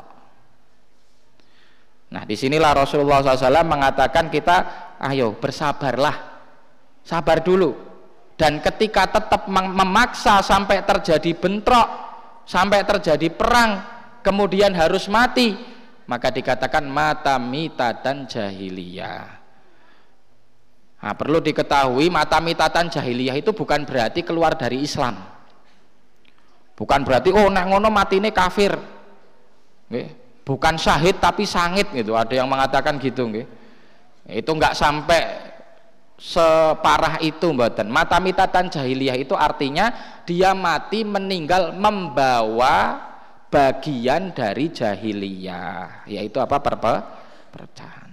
Nah disinilah Rasulullah shallallahu alaihi wasallam mengatakan kita ayo bersabarlah, sabar dulu, dan ketika tetap memaksa sampai terjadi bentrok, sampai terjadi perang, kemudian harus mati, maka dikatakan mata mitatan jahiliyah. Nah, perlu diketahui mata mitatan jahiliyah itu bukan berarti keluar dari Islam, bukan berarti oh nek ngono matine kafir, nggih. Bukan syahid tapi sangit gitu, ada yang mengatakan gitu, nggih. Itu enggak sampai separah itu mboten. Mata mitatan jahiliyah itu artinya dia mati meninggal membawa bagian dari jahiliyah, yaitu apa? Perpecahan.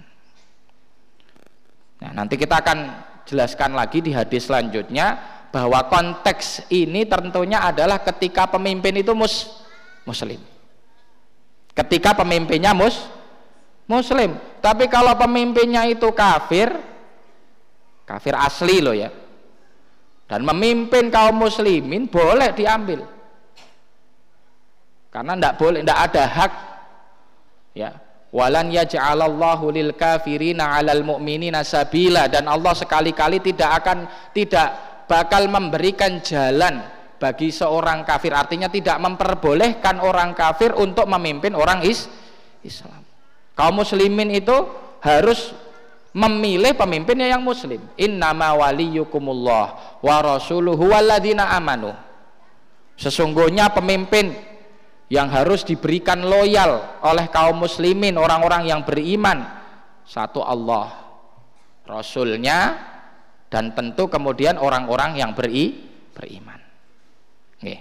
Nah, nanti kita akan jelaskan lagi di hadis selanjutnya bahwa konteks ini tentunya adalah ketika pemimpin itu mus, muslim. Ketika pemimpinnya mus, muslim. Tapi kalau pemimpinnya itu kafir, kafir asli loh ya, dan memimpin kaum muslimin, boleh diambil. Karena tidak boleh, tidak ada hak ya. Walan yaj'alallahu lil kafirina 'alal mu'minina sabila, dan Allah sekali-kali tidak akan tidak bakal memberikan jalan bagi seorang kafir, artinya tidak memperbolehkan orang kafir untuk memimpin orang is Islam. Kaum muslimin itu harus memilih pemimpinnya yang muslim. Innama waliyukumullah wa rasuluhu walladzina amanu. Sesungguhnya pemimpin yang harus diberikan loyal oleh kaum muslimin, orang-orang yang beriman, satu Allah, Rasulnya, dan tentu kemudian orang-orang yang beri, beriman. Oke.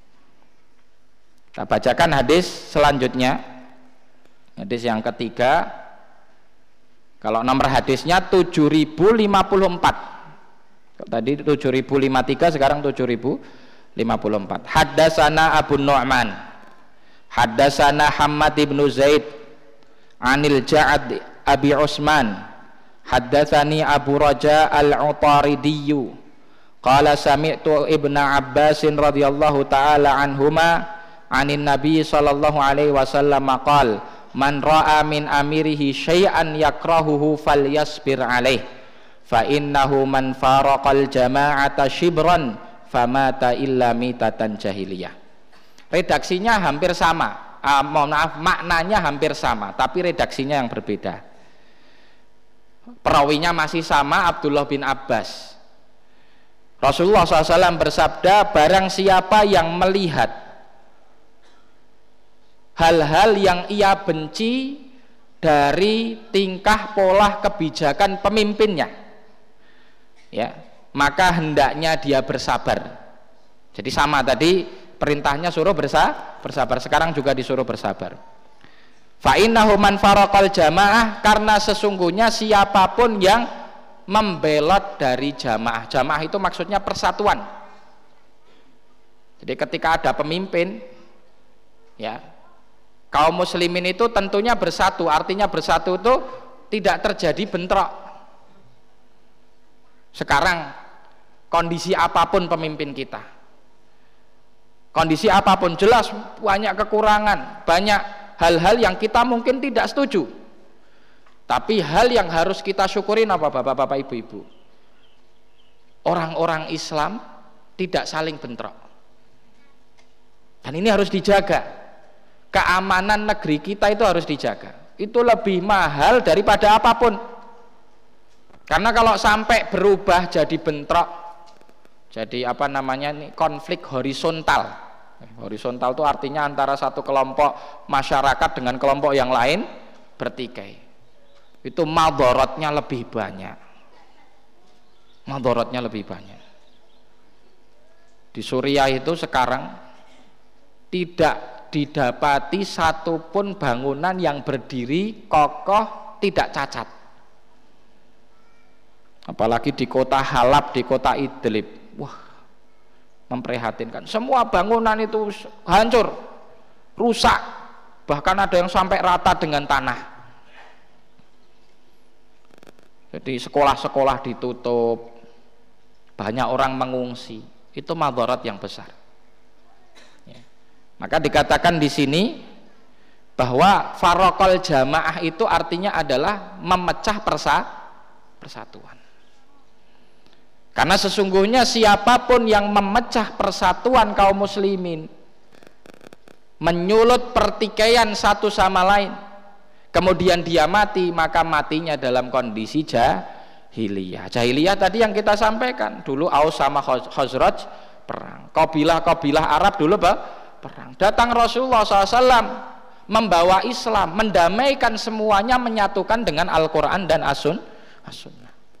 Kita bacakan hadis selanjutnya, hadis yang ketiga. Kalau nomor hadisnya tujuh ribu lima puluh empat, tadi tujuh ribu lima puluh tiga, sekarang tujuh ribu lima puluh empat. Haddatsana Abu Nu'man Haddatsana Hammad ibn Zaid Anil Ja'ad Abi Usman Haddatsani Abu Raja Al-Utaridiyyu Qala sami'tu Ibn Abbas radhiyallahu ta'ala anhuma anin Nabi sallallahu alaihi wasallam qala man ra'a min amirihi syai'an yakrahuhu falyasbir alaih fa innahu man faraqal jama'ata shibran famata illa mitatan jahiliyah. Redaksinya hampir sama, uh, mohon maaf, maknanya hampir sama, tapi redaksinya yang berbeda. Perawinya masih sama, Abdullah bin Abbas. Rasulullah shallallahu alaihi wasallam bersabda, barang siapa yang melihat hal-hal yang ia benci dari tingkah pola kebijakan pemimpinnya, ya, maka hendaknya dia bersabar. Jadi sama tadi, perintahnya suruh bersa, bersabar, sekarang juga disuruh bersabar. Fa innahu man faraqal jamaah, karena sesungguhnya siapapun yang membelot dari jamaah. Jamaah itu maksudnya persatuan. Jadi ketika ada pemimpin, ya, kaum muslimin itu tentunya bersatu. Artinya bersatu itu tidak terjadi bentrok. Sekarang kondisi apapun pemimpin kita, kondisi apapun, jelas banyak kekurangan, banyak hal-hal yang kita mungkin tidak setuju, tapi hal yang harus kita syukurin apa bapak-bapak, ibu-ibu, orang-orang Islam tidak saling bentrok, dan ini harus dijaga. Keamanan negeri kita itu harus dijaga, itu lebih mahal daripada apapun. Karena kalau sampai berubah jadi bentrok, jadi apa namanya ini, konflik horizontal. Horizontal itu artinya antara satu kelompok masyarakat dengan kelompok yang lain bertikai. Itu madharatnya lebih banyak. Madharatnya lebih banyak. Di Suriah itu sekarang tidak didapati satupun bangunan yang berdiri kokoh tidak cacat. Apalagi di kota Halab, di kota Idlib. Wah, memprihatinkan. Semua bangunan itu hancur, rusak. Bahkan ada yang sampai rata dengan tanah. Jadi sekolah-sekolah ditutup, banyak orang mengungsi. Itu madarat yang besar. Ya. Maka dikatakan di sini bahwa faraqal jamaah itu artinya adalah memecah persa persatuan. Karena sesungguhnya siapapun yang memecah persatuan kaum muslimin, menyulut pertikaian satu sama lain, kemudian dia mati, maka matinya dalam kondisi jahiliyah. Jahiliyah tadi yang kita sampaikan, dulu Aus sama Khazraj perang, kabilah-kabilah Arab dulu apa? Perang. Datang Rasulullah shallallahu alaihi wasallam membawa Islam, mendamaikan semuanya, menyatukan dengan Al-Quran dan As-Sun, As-Sunnah.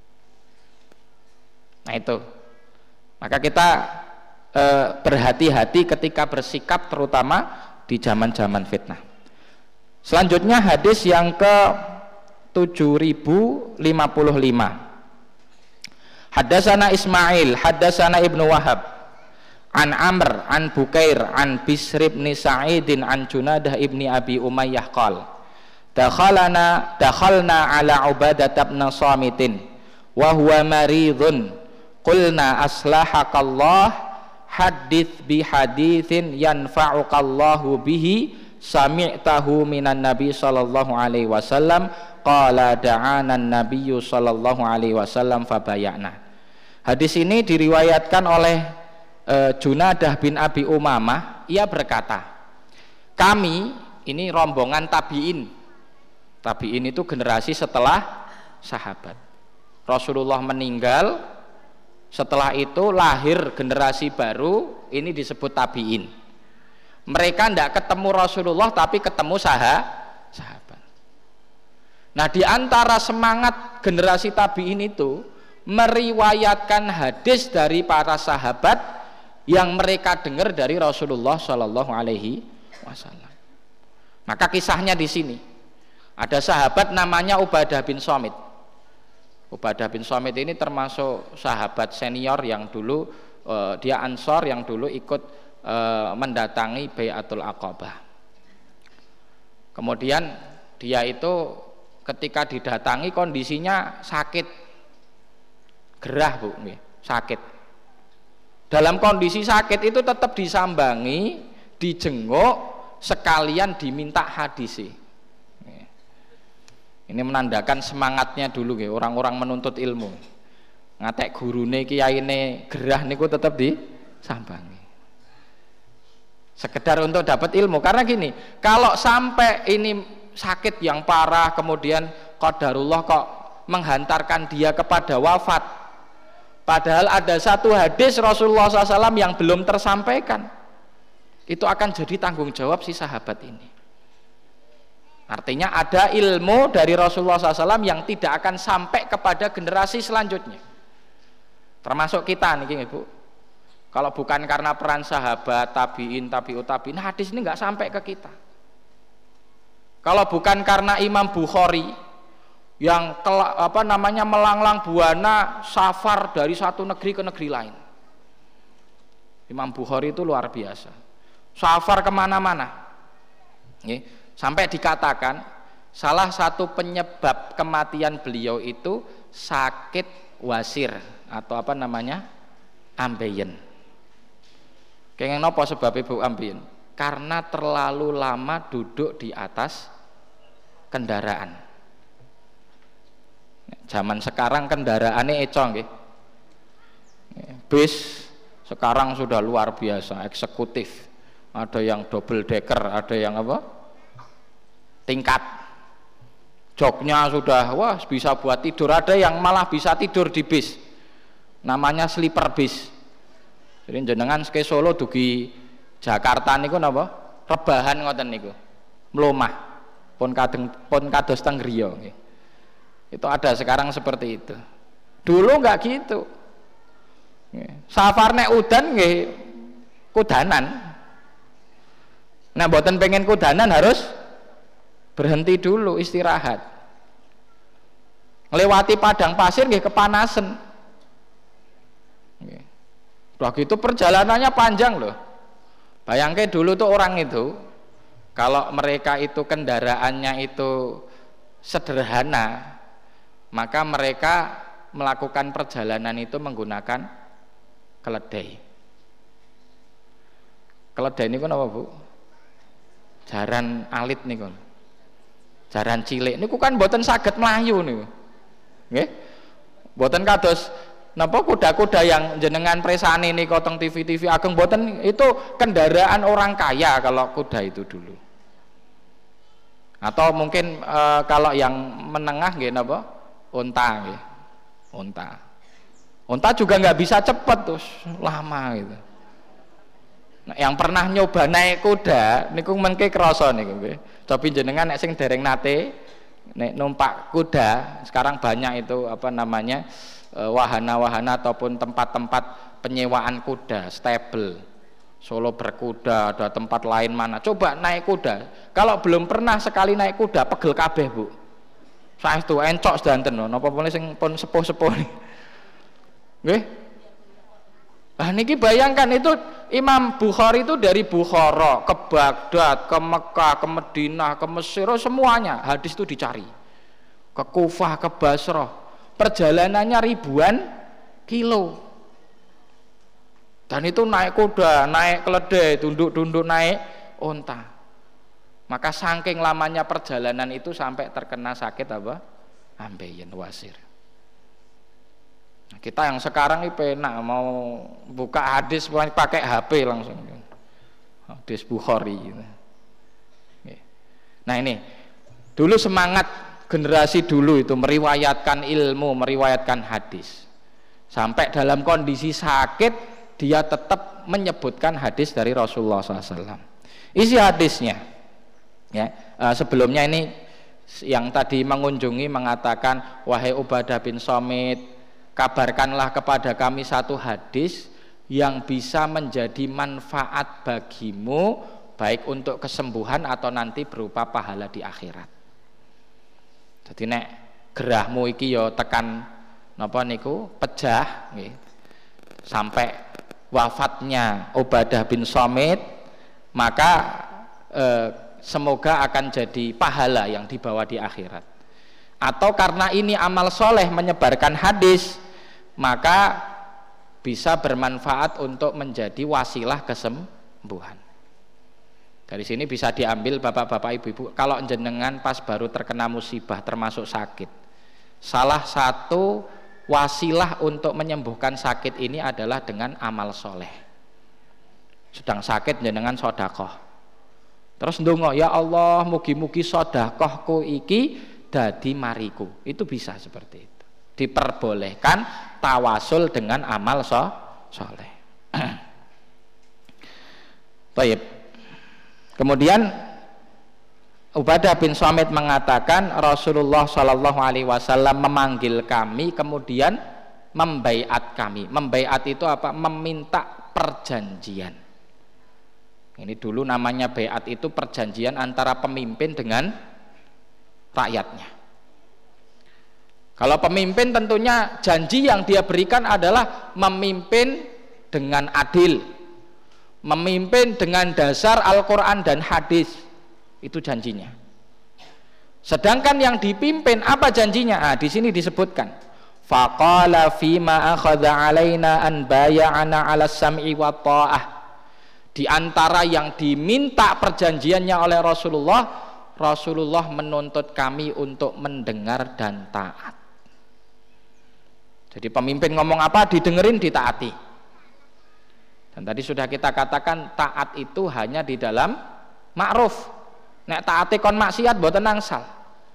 Nah itu, maka kita e, berhati-hati ketika bersikap, terutama di zaman-zaman fitnah. Selanjutnya hadis yang ke tujuh ribu lima puluh lima. Haddatsana Ismail, haddatsana Ibnu Wahab, an Amr, an Bukair, an Bisr bin Sa'idin, an Junadah ibni Abi Umayyah qala dakhalana dakhalna ala Ubadah bin Samitin wa huwa maridun qulna aslahakallah hadits bi haditsin yanfa'ukallahu bihi sami'tahu minan nabi sallallahu alaihi wasallam qala da'ana an-nabiyyu sallallahu alaihi wasallam fabayana. Hadis ini diriwayatkan oleh uh, Junadah bin Abi Umamah. Ia berkata, kami ini rombongan tabi'in. Tabi'in itu generasi setelah sahabat. Rasulullah meninggal, setelah itu lahir generasi baru, ini disebut tabi'in. Mereka tidak ketemu Rasulullah tapi ketemu sahabat. Nah, di antara semangat generasi tabi'in itu meriwayatkan hadis dari para sahabat yang mereka dengar dari Rasulullah Shallallahu Alaihi Wasallam. Maka kisahnya di sini ada sahabat namanya Ubadah bin Samit. Ubadah bin Samit ini termasuk sahabat senior yang dulu uh, dia Ansor yang dulu ikut uh, mendatangi Bai'atul Aqabah. Kemudian dia itu ketika didatangi kondisinya sakit, gerah bu, sakit. Dalam kondisi sakit itu tetap disambangi, dijenguk, sekalian diminta hadisi. Ini menandakan semangatnya dulu orang-orang menuntut ilmu. Ngatek gurune kiyaine gerah niku tetap disambangi. Sekedar untuk dapat ilmu. Karena gini, kalau sampai ini sakit yang parah kemudian qadarullah kok menghantarkan dia kepada wafat, padahal ada satu hadis Rasulullah shallallahu alaihi wasallam yang belum tersampaikan, itu akan jadi tanggung jawab si sahabat ini. Artinya ada ilmu dari Rasulullah shallallahu alaihi wasallam yang tidak akan sampai kepada generasi selanjutnya, termasuk kita nih Ibu. Kalau bukan karena peran sahabat, tabiin, tabiut tabiin, hadis ini nggak sampai ke kita. Kalau bukan karena Imam Bukhari yang apa namanya melanglang buana safar dari satu negeri ke negeri lain. Imam Bukhari itu luar biasa, safar kemana-mana. Sampai dikatakan salah satu penyebab kematian beliau itu sakit wasir atau apa namanya ambeien. Kenging napa sebab ibu ambeien? Karena terlalu lama duduk di atas kendaraan. Zaman sekarang kendaraannya econg nggih. Bis sekarang sudah luar biasa, eksekutif. Ada yang double decker, ada yang apa? Tingkat. Joknya sudah wah bisa buat tidur, ada yang malah bisa tidur di bis. Namanya sleeper bis. Jadi jenengan ke Solo dugi Jakarta niku napa? Rebahan ngoten niku. Mlumah. Pun kadeng pun kados teng griya nggih. Itu ada sekarang seperti itu. Dulu enggak gitu. Safar nek udan nggih kudanan. Nah, mboten pengen kudanan harus berhenti dulu istirahat. Ngelewati padang pasir nggih kepanasan. Nggih. Udah gitu perjalanannya panjang loh. Bayangke dulu tuh orang itu kalau mereka itu kendaraannya itu sederhana, maka mereka melakukan perjalanan itu menggunakan keledai. Keledai ini kan apa Bu? Jaran alit nih kan. Jaran cilik niku kan mboten saged mlayu niku. Nggih. Mboten kados napa kuda-kuda yang jenengan presani niku teng T V T V ageng, mboten itu kendaraan orang kaya kalau kuda itu dulu. Atau mungkin e, kalau yang menengah nggih napa? Unta nggih. Unta. Unta juga nggak bisa cepet terus lama gitu. Nah, yang pernah nyoba naik kuda niku mengke krasa niku nggih. Tapi jenengan nek sing dereng nate nek numpak kuda, sekarang banyak itu apa namanya wahana-wahana ataupun tempat-tempat penyewaan kuda, stable. Solo berkuda, ada tempat lain mana. Coba naik kuda. Kalau belum pernah sekali naik kuda, pegel kabeh, Bu. Saestu encok sedanten lho, napa meneh sing pun sepuh-sepuh niki. Nggih. Nah niki bayangkan itu Imam Bukhari itu dari Bukhara ke Baghdad, ke Mekah, ke Madinah, ke Mesir, semuanya hadis itu dicari. Ke Kufah, ke Basrah. Perjalanannya ribuan kilo. Dan itu naik kuda, naik keledai, tunduk-tunduk naik unta. Maka saking lamanya perjalanan itu sampai terkena sakit apa? Ambeien wasir. Kita yang sekarang ini penak mau buka hadis pakai H P langsung, hadis Bukhari. Nah ini dulu semangat generasi dulu itu meriwayatkan ilmu, meriwayatkan hadis. Sampai dalam kondisi sakit dia tetap menyebutkan hadis dari Rasulullah shallallahu alaihi wasallam. Isi hadisnya, ya sebelumnya ini yang tadi mengunjungi mengatakan, wahai Ubadah bin Somit, kabarkanlah kepada kami satu hadis yang bisa menjadi manfaat bagimu baik untuk kesembuhan atau nanti berupa pahala di akhirat. Jadi nek gerahmu iki yo tekan napa niku pejah nggih. Sampai wafatnya Ubadah bin Somit, maka eh, semoga akan jadi pahala yang dibawa di akhirat. Atau karena ini amal soleh menyebarkan hadis, maka bisa bermanfaat untuk menjadi wasilah kesembuhan. Dari sini bisa diambil bapak-bapak ibu-ibu, kalau jenengan pas baru terkena musibah termasuk sakit, salah satu wasilah untuk menyembuhkan sakit ini adalah dengan amal soleh. Sedang sakit jenengan sodakoh, terus ndonga, ya Allah mugi-mugi sodakohku iki dadi mariku. Itu bisa seperti itu, diperbolehkan tawasul dengan amal so soleh. Baik. Kemudian Ubadah bin Somit mengatakan Rasulullah Shallallahu Alaihi Wasallam memanggil kami, kemudian membaiat kami. Membaiat itu apa? Meminta perjanjian. Ini dulu namanya baiat, itu perjanjian antara pemimpin dengan rakyatnya. Kalau pemimpin tentunya janji yang dia berikan adalah memimpin dengan adil, memimpin dengan dasar Al-Quran dan hadis. Itu janjinya. Sedangkan yang dipimpin apa janjinya? Ah, di sini disebutkan. Faqala fima akhadha alaina an bay'ana 'ala sam'i wa tha'ah. Di antara yang diminta perjanjiannya oleh Rasulullah, Rasulullah menuntut kami untuk mendengar dan taat. Jadi pemimpin ngomong apa didengerin, ditaati. Dan tadi sudah kita katakan taat itu hanya di dalam ma'ruf. Nek taati kon maksiat mboten angsal.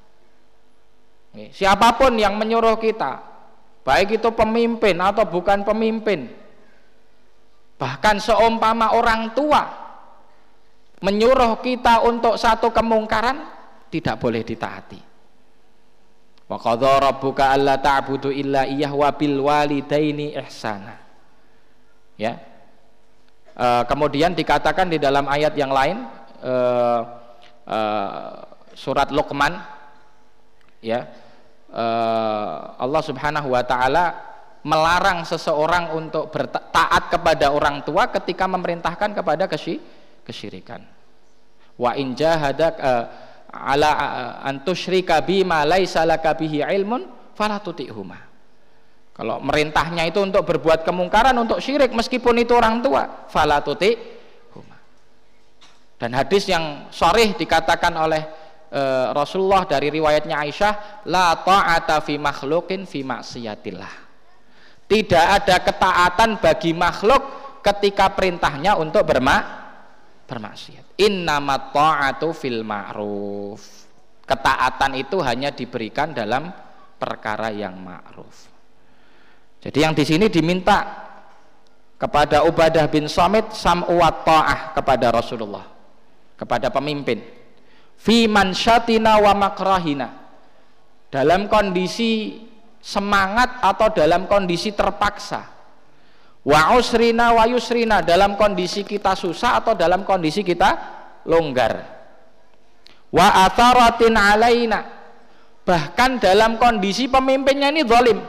Siapapun yang menyuruh kita, baik itu pemimpin atau bukan pemimpin, bahkan seumpama orang tua menyuruh kita untuk satu kemungkaran, tidak boleh ditaati. Wa qadha rabbuka alla ta'budu illa iyyah wa bil walidaini ihsana. Ya. E, kemudian dikatakan di dalam ayat yang lain, e, Uh, surat Luqman, ya, uh, Allah Subhanahu wa taala melarang seseorang untuk bertaat kepada orang tua ketika memerintahkan kepada kesyirikan. Wa in jahadak uh, ala uh, an tusyrika bima laisa laka bihi ilmun fala tuti'huma. Kalau merintahnya itu untuk berbuat kemungkaran, untuk syirik meskipun itu orang tua, fala tuti'huma. Dan hadis yang sharih dikatakan oleh e, Rasulullah dari riwayatnya Aisyah, la ta'ata fi makhluqin fi maksiatillah. Tidak ada ketaatan bagi makhluk ketika perintahnya untuk bermak bermaksiat. Innamat ta'atu fil ma'ruf. Ketaatan itu hanya diberikan dalam perkara yang ma'ruf. Jadi yang di sini diminta kepada Ubadah bin Samit sam'u wa ta'ah kepada Rasulullah, kepada pemimpin. Fi mansyatina wa makrahina, dalam kondisi semangat atau dalam kondisi terpaksa. Wa usrina wa yusrina, dalam kondisi kita susah atau dalam kondisi kita longgar. Wa atharatin alaina, bahkan dalam kondisi pemimpinnya ini zalim.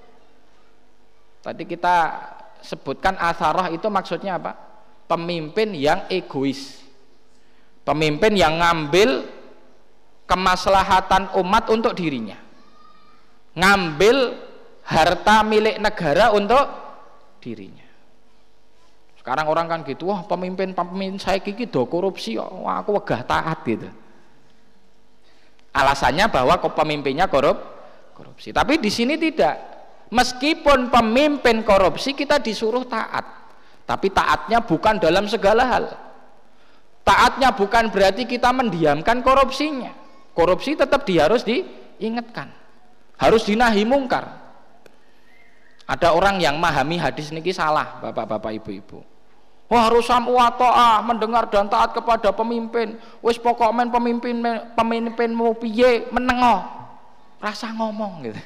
Tadi kita sebutkan atharah itu maksudnya apa? Pemimpin yang egois, pemimpin yang ngambil kemaslahatan umat untuk dirinya, ngambil harta milik negara untuk dirinya. Sekarang orang kan gitu, wah pemimpin pemimpin saya kiki do korupsi, wah aku wegah taat gitu. Alasannya bahwa pemimpinnya korup korupsi. Tapi di sini tidak. Meskipun pemimpin korupsi kita disuruh taat, tapi taatnya bukan dalam segala hal. Taatnya bukan berarti kita mendiamkan korupsinya. Korupsi tetap di, harus diingatkan, harus dinahi mungkar. Ada orang yang memahami hadis niki salah, bapak-bapak, ibu-ibu. Wah, harus sam'u wa ta'ah, mendengar dan taat kepada pemimpin. Wis pokok men pemimpin pemimpinmu piye menengo, rasa ngomong gitu.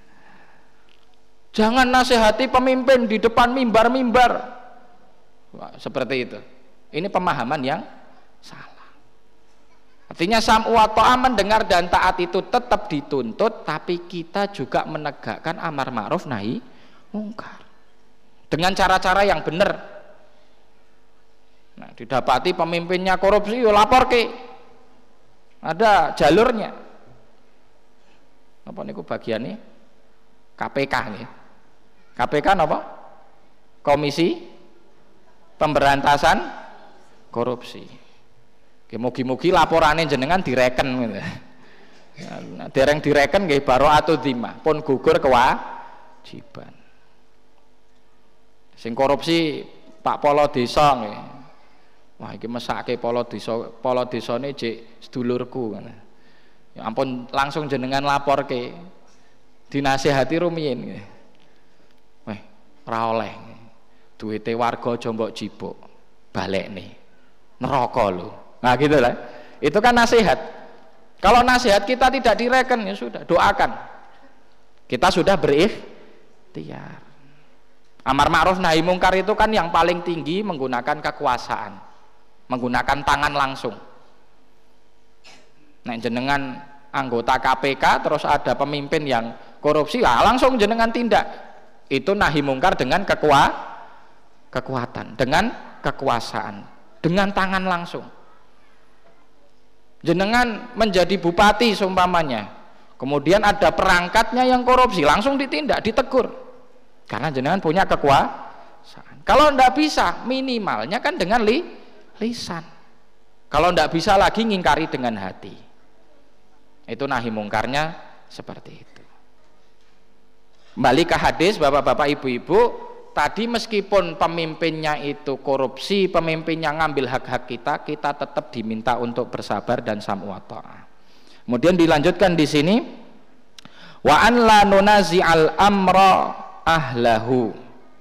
Jangan nasihati pemimpin di depan mimbar-mimbar. Wah, seperti itu. Ini pemahaman yang salah. Artinya sam'u wa ta'ah, mendengar dan taat itu tetap dituntut, tapi kita juga menegakkan amar ma'ruf nahi mungkar dengan cara-cara yang benar. Nah, didapati pemimpinnya korupsi, yo lapor ke. Ada jalurnya. Apa niku bagiannya? K P K nih. K P K apa? Komisi Pemberantasan Korupsi. Mugi-mugi laporannya jenengan direken gitu. Nah, dereng direken nggih baro'atu dzimah, pun gugur kewajiban. Sing korupsi Pak Polo Desa nggih. Wah, iki mesake Polo Desa, Polo Desane jek sedulurku ngono. Ya ampun, langsung jenengan laporke. Dinasihati rumiyin nggih. Weh, ora oleh. Duwite warga aja mbok jibuk. Balekne. Neraka lho. Nah, gitu lah. Itu kan nasihat. Kalau nasihat kita tidak direken, ya sudah, doakan. Kita sudah berikhtiar. Amar ma'ruf nahi mungkar itu kan yang paling tinggi menggunakan kekuasaan, menggunakan tangan langsung. Nah, jenengan anggota K P K terus ada pemimpin yang korupsi, lah langsung jenengan tindak. Itu nahi mungkar dengan kekua, kekuatan, dengan kekuasaan, dengan tangan langsung. Jenengan menjadi bupati seumpamanya, kemudian ada perangkatnya yang korupsi, langsung ditindak, ditegur, karena jenengan punya kekuasaan. Kalau ndak bisa, minimalnya kan dengan li, lisan. Kalau ndak bisa lagi ngingkari dengan hati. Itu nahi mungkarnya seperti itu. Kembali ke hadis, bapak-bapak, ibu-ibu, tadi meskipun pemimpinnya itu korupsi, pemimpinnya ngambil hak-hak kita, kita tetap diminta untuk bersabar dan sam'u wa ta'ah. Kemudian dilanjutkan di sini, wa an la nunazi'al amra ahlahu.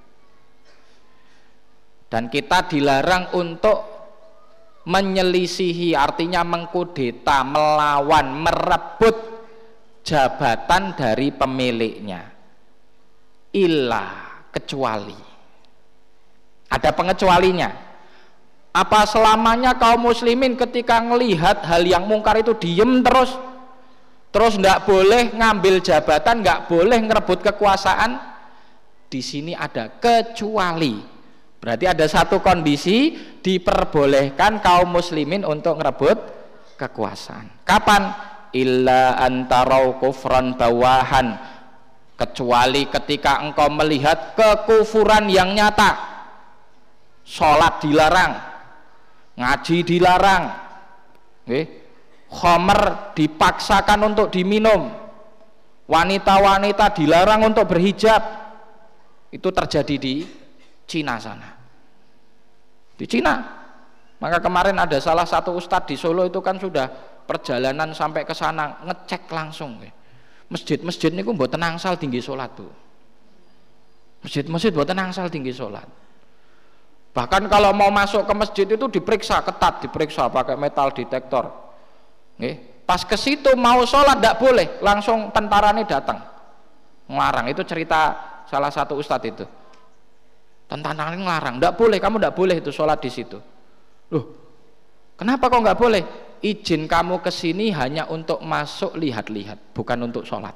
Dan kita dilarang untuk menyelisihi, artinya mengkudeta, melawan, merebut jabatan dari pemiliknya. Illa, kecuali ada pengecualinya. Apa selamanya kaum muslimin ketika melihat hal yang mungkar itu diem terus terus nggak boleh ngambil jabatan, nggak boleh ngerebut kekuasaan. Di sini ada kecuali, berarti ada satu kondisi diperbolehkan kaum muslimin untuk ngerebut kekuasaan. Kapan? Illa antarau kufran bawahan, kecuali ketika engkau melihat kekufuran yang nyata. Sholat dilarang, ngaji dilarang, okay? Khamr dipaksakan untuk diminum, wanita-wanita dilarang untuk berhijab. Itu terjadi di Cina sana, di Cina. Maka kemarin ada salah satu ustadz di Solo itu kan sudah perjalanan sampai ke sana, ngecek langsung masjid-masjid ini buat tenang sal tinggi sholat tuh, masjid-masjid buat tenang sal tinggi sholat. Bahkan kalau mau masuk ke masjid itu diperiksa ketat, diperiksa pakai metal detektor. Nih, pas ke situ mau sholat tidak boleh, langsung tentara ini datang ngelarang. Itu cerita salah satu ustadz itu, tentara ini ngelarang, tidak boleh, kamu tidak boleh itu sholat di situ. Loh, kenapa kok nggak boleh? Izin kamu ke sini hanya untuk masuk lihat-lihat, bukan untuk sholat.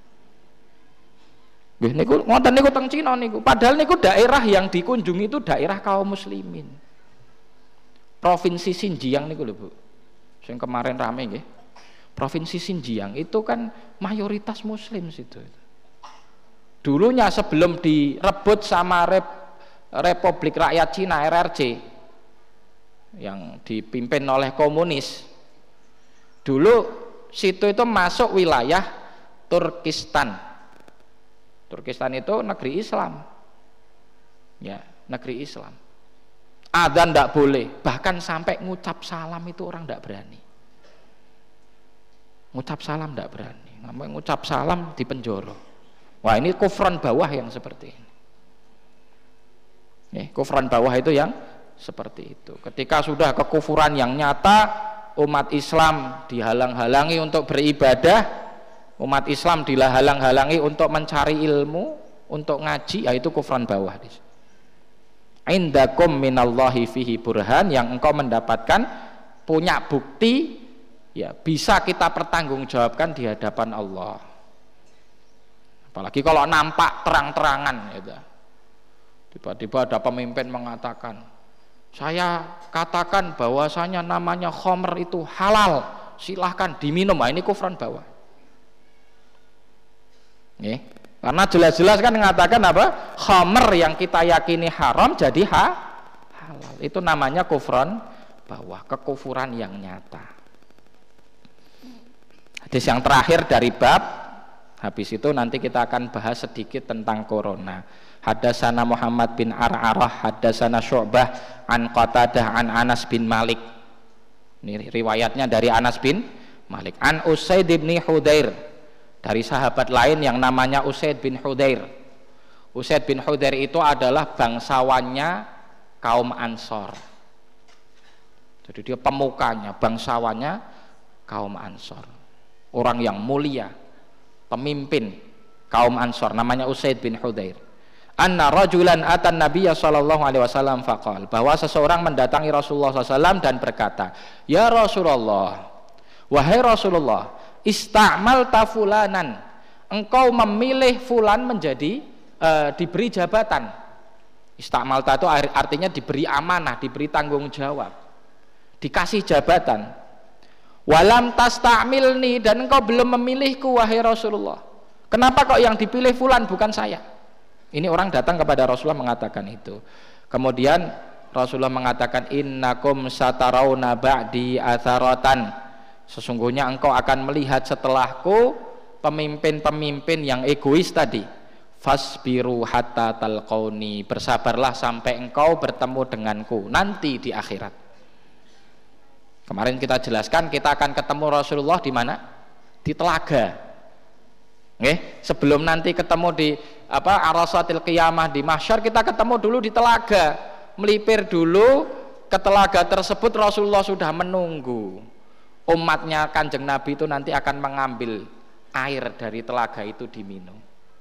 Nggih niku ngoten niku teng Cina niku. Padahal niku daerah yang dikunjungi itu daerah kaum muslimin. Provinsi Xinjiang niku lho, Bu. Yang kemarin rame nggih. Provinsi Xinjiang itu kan mayoritas muslim situ. Dulunya sebelum direbut sama Rep, Republik Rakyat Cina R R C yang dipimpin oleh komunis, dulu situ itu masuk wilayah Turkistan. Turkistan itu negeri Islam, ya negeri Islam. Adzan tidak boleh, bahkan sampai ngucap salam itu orang tidak berani. Ngucap salam tidak berani, namanya ngucap salam di penjara. Wah, ini kufran bawah yang seperti ini. Nih, kufran bawah itu yang seperti itu. Ketika sudah kekufuran yang nyata, umat Islam dihalang-halangi untuk beribadah, umat Islam dihalang-halangi untuk mencari ilmu, untuk ngaji, yaitu kufran bawah. Indakum minallahi fihi burhan, yang engkau mendapatkan punya bukti, ya bisa kita pertanggungjawabkan di hadapan Allah. Apalagi kalau nampak terang-terangan, gitu. Tiba-tiba ada pemimpin mengatakan, saya katakan bahwasanya namanya khamr itu halal, silahkan diminum. Nah, ini kufran bawah. Nih. Karena jelas-jelas kan mengatakan apa? Khamr yang kita yakini haram jadi ha halal. Itu namanya kufran bawah, kekufuran yang nyata. Hadis yang terakhir dari bab, habis itu nanti kita akan bahas sedikit tentang corona. Haddatsana Muhammad bin Ar'arah, haddatsana Syu'bah an Qatadah an Anas bin Malik. Ini riwayatnya dari Anas bin Malik. An Usaid bin Hudair, dari sahabat lain yang namanya Usaid bin Hudair. Usaid bin Hudair itu adalah bangsawannya kaum Ansor. Jadi dia pemukanya, bangsawannya kaum Ansor. Orang yang mulia, pemimpin kaum Ansor, namanya Usaid bin Hudair. Anna rajulan atan Nabiyya sallallahu alaihi wasallam faqal, bahwa seseorang mendatangi Rasulullah sallallahu alaihi wasallam dan berkata, "Ya Rasulullah, wahai Rasulullah, ista'mal tafulanan, engkau memilih fulan menjadi uh, diberi jabatan." Ista'mal ta itu artinya diberi amanah, diberi tanggung jawab, dikasih jabatan. Walam tasta'milni, dan engkau belum memilihku wahai Rasulullah. Kenapa kok yang dipilih fulan bukan saya? Ini orang datang kepada Rasulullah mengatakan itu. Kemudian Rasulullah mengatakan, innakum satarawna ba'di atharatan, sesungguhnya engkau akan melihat setelahku pemimpin-pemimpin yang egois tadi. Fasbiru hatta talqauni, bersabarlah sampai engkau bertemu denganku nanti di akhirat. Kemarin kita jelaskan kita akan ketemu Rasulullah di mana? Di telaga. Nggih, sebelum nanti ketemu di apa Arasatil Qiyamah di mahsyar, kita ketemu dulu di telaga. Melipir dulu ke telaga tersebut, Rasulullah sudah menunggu. Umatnya Kanjeng Nabi itu nanti akan mengambil air dari telaga itu diminum.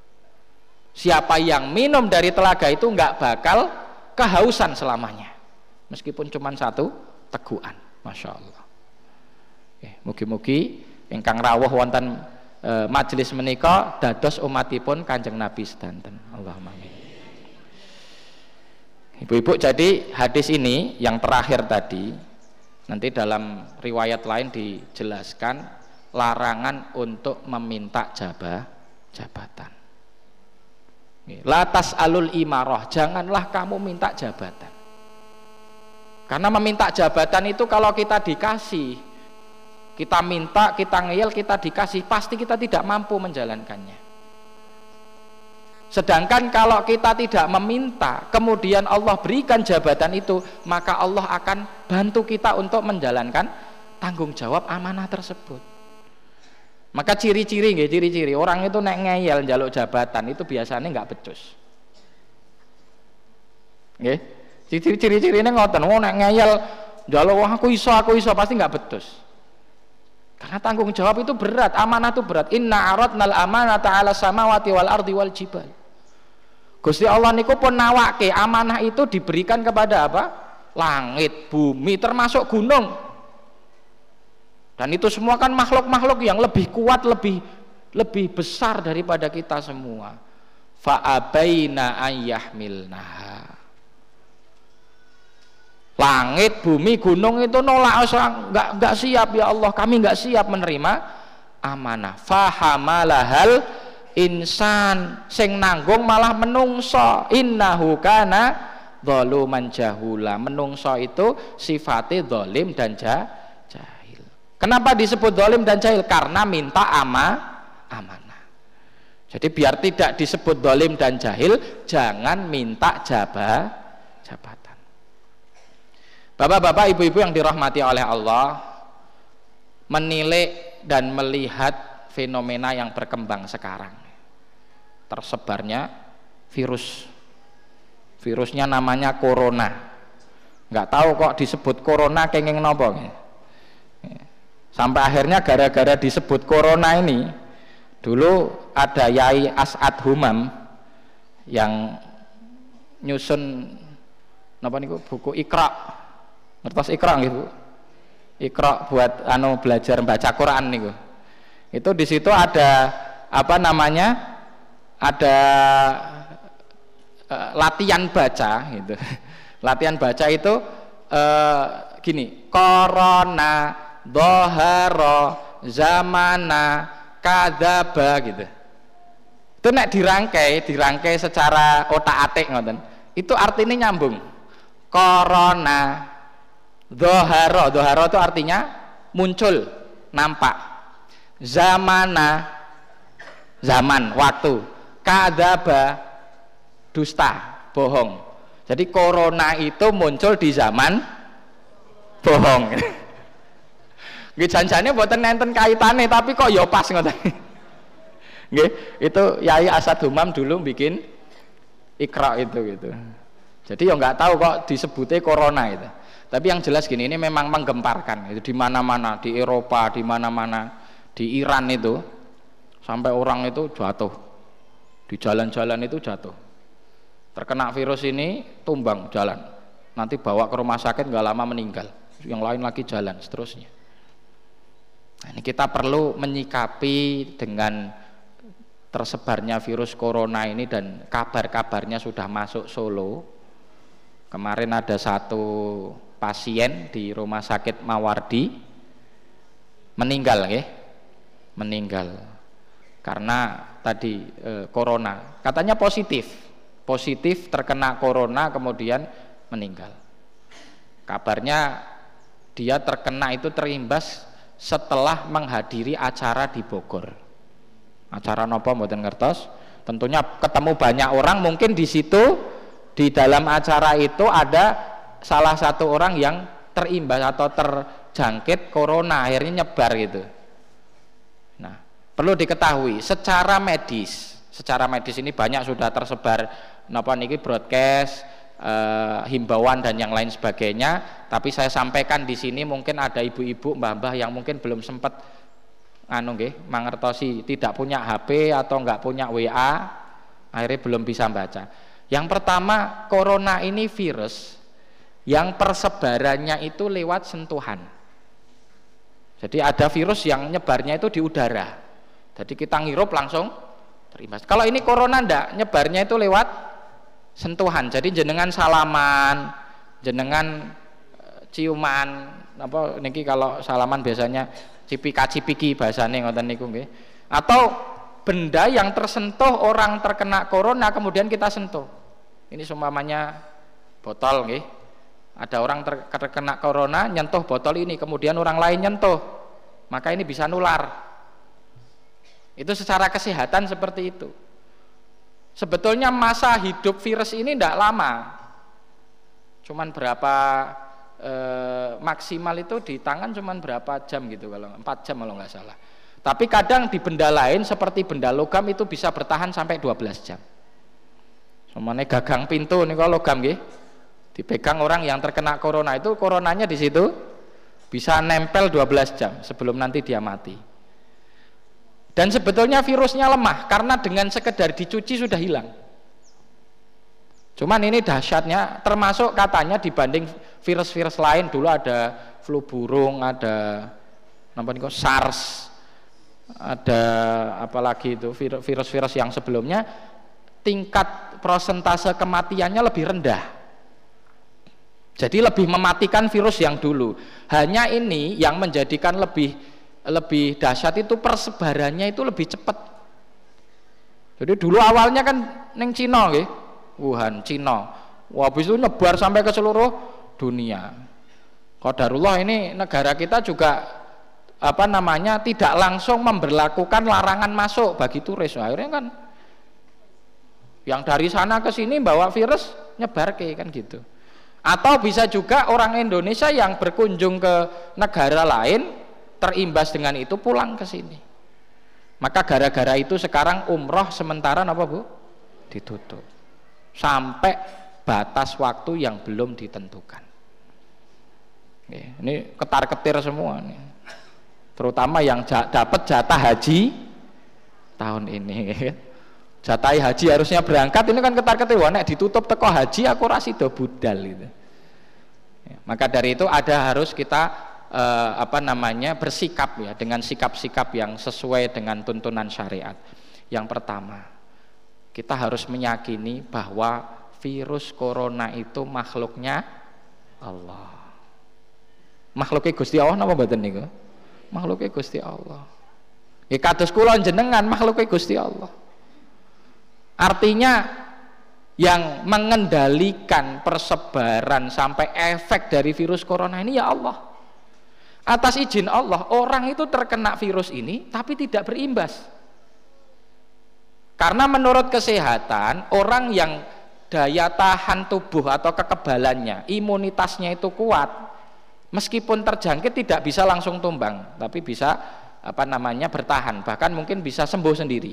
Siapa yang minum dari telaga itu nggak bakal kehausan selamanya, meskipun cuma satu tegukan. Masya Allah. Mugi-mugi ingkang rawuh wonten e, majelis menika dados umatipun Kanjeng Nabi sedanten. Allahumma amin. Ibu-ibu, jadi hadis ini yang terakhir tadi, nanti dalam riwayat lain dijelaskan larangan untuk meminta jabah jabatan. Latas alul imarah, janganlah kamu minta jabatan. Karena meminta jabatan itu kalau kita dikasih, kita minta, kita ngeyel, kita dikasih, pasti kita tidak mampu menjalankannya. Sedangkan kalau kita tidak meminta, kemudian Allah berikan jabatan itu, maka Allah akan bantu kita untuk menjalankan tanggung jawab amanah tersebut. Maka ciri-ciri nggih, ciri-ciri orang itu nek ngeyel njaluk jabatan itu biasanya nggak becus. Nggih. Ciri-ciri-cirine ngoten, wong nek ngeyel njaluk wah aku iso, aku iso pasti nggak becus. Karena tanggung jawab itu berat, amanah itu berat. Inna aradnal amanata 'ala samawati wal ardi wal jibal. Gusti Allah niku pun nawake amanah itu diberikan kepada apa? Langit, bumi, termasuk gunung. Dan itu semua kan makhluk-makhluk yang lebih kuat, lebih lebih besar daripada kita semua. Fa abaina ayyahmilnaha. Langit, bumi, gunung itu nolak, nggak nggak siap ya Allah, kami nggak siap menerima amanah. Fahamalahal insan, sing nanggung malah menungso. Innahu kana dzaluman jahula. Menungso itu sifatnya zalim dan jahil. Kenapa disebut zalim dan jahil? Karena minta ama amanah. Jadi biar tidak disebut zalim dan jahil, jangan minta jabah jabatan. Bapak-bapak, ibu-ibu yang dirahmati oleh Allah, menilai dan melihat fenomena yang berkembang sekarang. Tersebarnya virus. Virusnya namanya corona. Nggak tahu kok disebut corona kenging nopo. Sampai akhirnya gara-gara disebut corona ini, dulu ada Yai As'ad Humam yang nyusun napa niku buku Iqra. Ngertos Iqra gitu. Iqra buat anu belajar baca Quran niku. Itu di situ ada apa namanya? Ada uh, latihan baca gitu. Latihan baca itu uh, gini, corona, dhahara, zamana, kadzaba gitu. Itu nek dirangkai, dirangkai secara otak-atik ngoten. Itu artinya nyambung. Corona, dhahara, dhahara itu artinya muncul, nampak. Zamana, zaman, waktu. Kadzaba, dusta, bohong. Jadi corona itu muncul di zaman bohong. Nggih janjane mboten nenten kaitane tapi kok ya pas ngoten. Nggih, itu Yai As'ad Humam dulu bikin Iqra itu gitu. Jadi ya nggak tahu kok disebutnya corona itu. Tapi yang jelas gini, ini memang menggemparkan itu di mana-mana, di Eropa, di mana-mana, di Iran itu sampai orang itu jatuh. Di jalan-jalan itu jatuh. Terkena virus ini tumbang jalan. Nanti bawa ke rumah sakit nggak lama meninggal. Yang lain lagi jalan seterusnya. Nah, ini kita perlu menyikapi dengan tersebarnya virus corona ini dan kabar-kabarnya sudah masuk Solo. Kemarin ada satu pasien di rumah sakit Mawardi meninggal ya, meninggal karena tadi e, corona. Katanya positif, positif terkena corona kemudian meninggal. Kabarnya dia terkena itu terimbas setelah menghadiri acara di Bogor. Acara nopo mboten ngertos. Tentunya ketemu banyak orang, mungkin di situ di dalam acara itu ada salah satu orang yang terimbas atau terjangkit corona, akhirnya nyebar gitu. Nah, perlu diketahui secara medis, secara medis ini banyak sudah tersebar napa niki broadcast, eh, himbauan dan yang lain sebagainya. Tapi saya sampaikan di sini mungkin ada ibu-ibu, mbah-mbah yang mungkin belum sempat anu nggih, mangertosi, tidak punya H P atau enggak punya W A, akhirnya belum bisa baca. Yang pertama, corona ini virus yang persebarannya itu lewat sentuhan. Jadi ada virus yang nyebarnya itu di udara. Jadi kita ngirup langsung terimbas. Kalau ini corona ndak, nyebarnya itu lewat sentuhan. Jadi jenengan salaman, jenengan ciuman, apa niki kalau salaman biasanya cipika-cipiki bahasane ngoten niku nggih. Atau benda yang tersentuh orang terkena corona kemudian kita sentuh. Ini seumpamanya botol nggih. Ada orang terkena corona nyentuh botol ini, kemudian orang lain nyentuh, maka ini bisa nular. Itu secara kesehatan seperti itu. Sebetulnya masa hidup virus ini tidak lama, cuman berapa eh, maksimal itu di tangan cuman berapa jam gitu, kalau empat jam kalau nggak salah. Tapi kadang di benda lain seperti benda logam itu bisa bertahan sampai dua belas jam. Semuanya gagang pintu nih kalau logam nggih. Dipegang orang yang terkena corona itu, coronanya di situ bisa nempel dua belas jam sebelum nanti dia mati. Dan sebetulnya virusnya lemah karena dengan sekedar dicuci sudah hilang. Cuman ini dahsyatnya, termasuk katanya dibanding virus-virus lain, dulu ada flu burung, ada apa nih kok SARS, ada apalagi itu virus-virus yang sebelumnya, tingkat persentase kematiannya lebih rendah. Jadi lebih mematikan virus yang dulu. Hanya ini yang menjadikan lebih lebih dahsyat itu persebarannya itu lebih cepat. Jadi dulu awalnya kan neng Cina nggih, Wuhan, Cina. Wah, habis itu nyebar sampai ke seluruh dunia. Qadarullah ini negara kita juga apa namanya tidak langsung memberlakukan larangan masuk bagi turis. Akhirnya kan yang dari sana ke sini bawa virus nyebar ke kan gitu. Atau bisa juga orang Indonesia yang berkunjung ke negara lain terimbas dengan itu pulang ke sini. Maka gara-gara itu sekarang umroh sementara apa Bu? Ditutup sampai batas waktu yang belum ditentukan. Ini ketar-ketir semua nih. Terutama yang dapat jatah haji tahun ini. Jatah haji harusnya berangkat, ini kan ketar-ketir, wah nek ditutup teko haji aku ra sida budal gitu. Ya, maka dari itu ada harus kita eh, apa namanya bersikap ya dengan sikap-sikap yang sesuai dengan tuntunan syariat. Yang pertama, kita harus meyakini bahwa virus corona itu makhluknya Allah. Makhluknya Gusti Allah napa mboten niku? Makhluknya Gusti Allah. Ya kados kula jenengan makhluknya Gusti Allah. Artinya yang mengendalikan persebaran sampai efek dari virus corona ini ya Allah. Atas izin Allah, orang itu terkena virus ini tapi tidak berimbas. Karena menurut kesehatan, orang yang daya tahan tubuh atau kekebalannya, imunitasnya itu kuat, meskipun terjangkit tidak bisa langsung tumbang, tapi bisa apa namanya bertahan, bahkan mungkin bisa sembuh sendiri.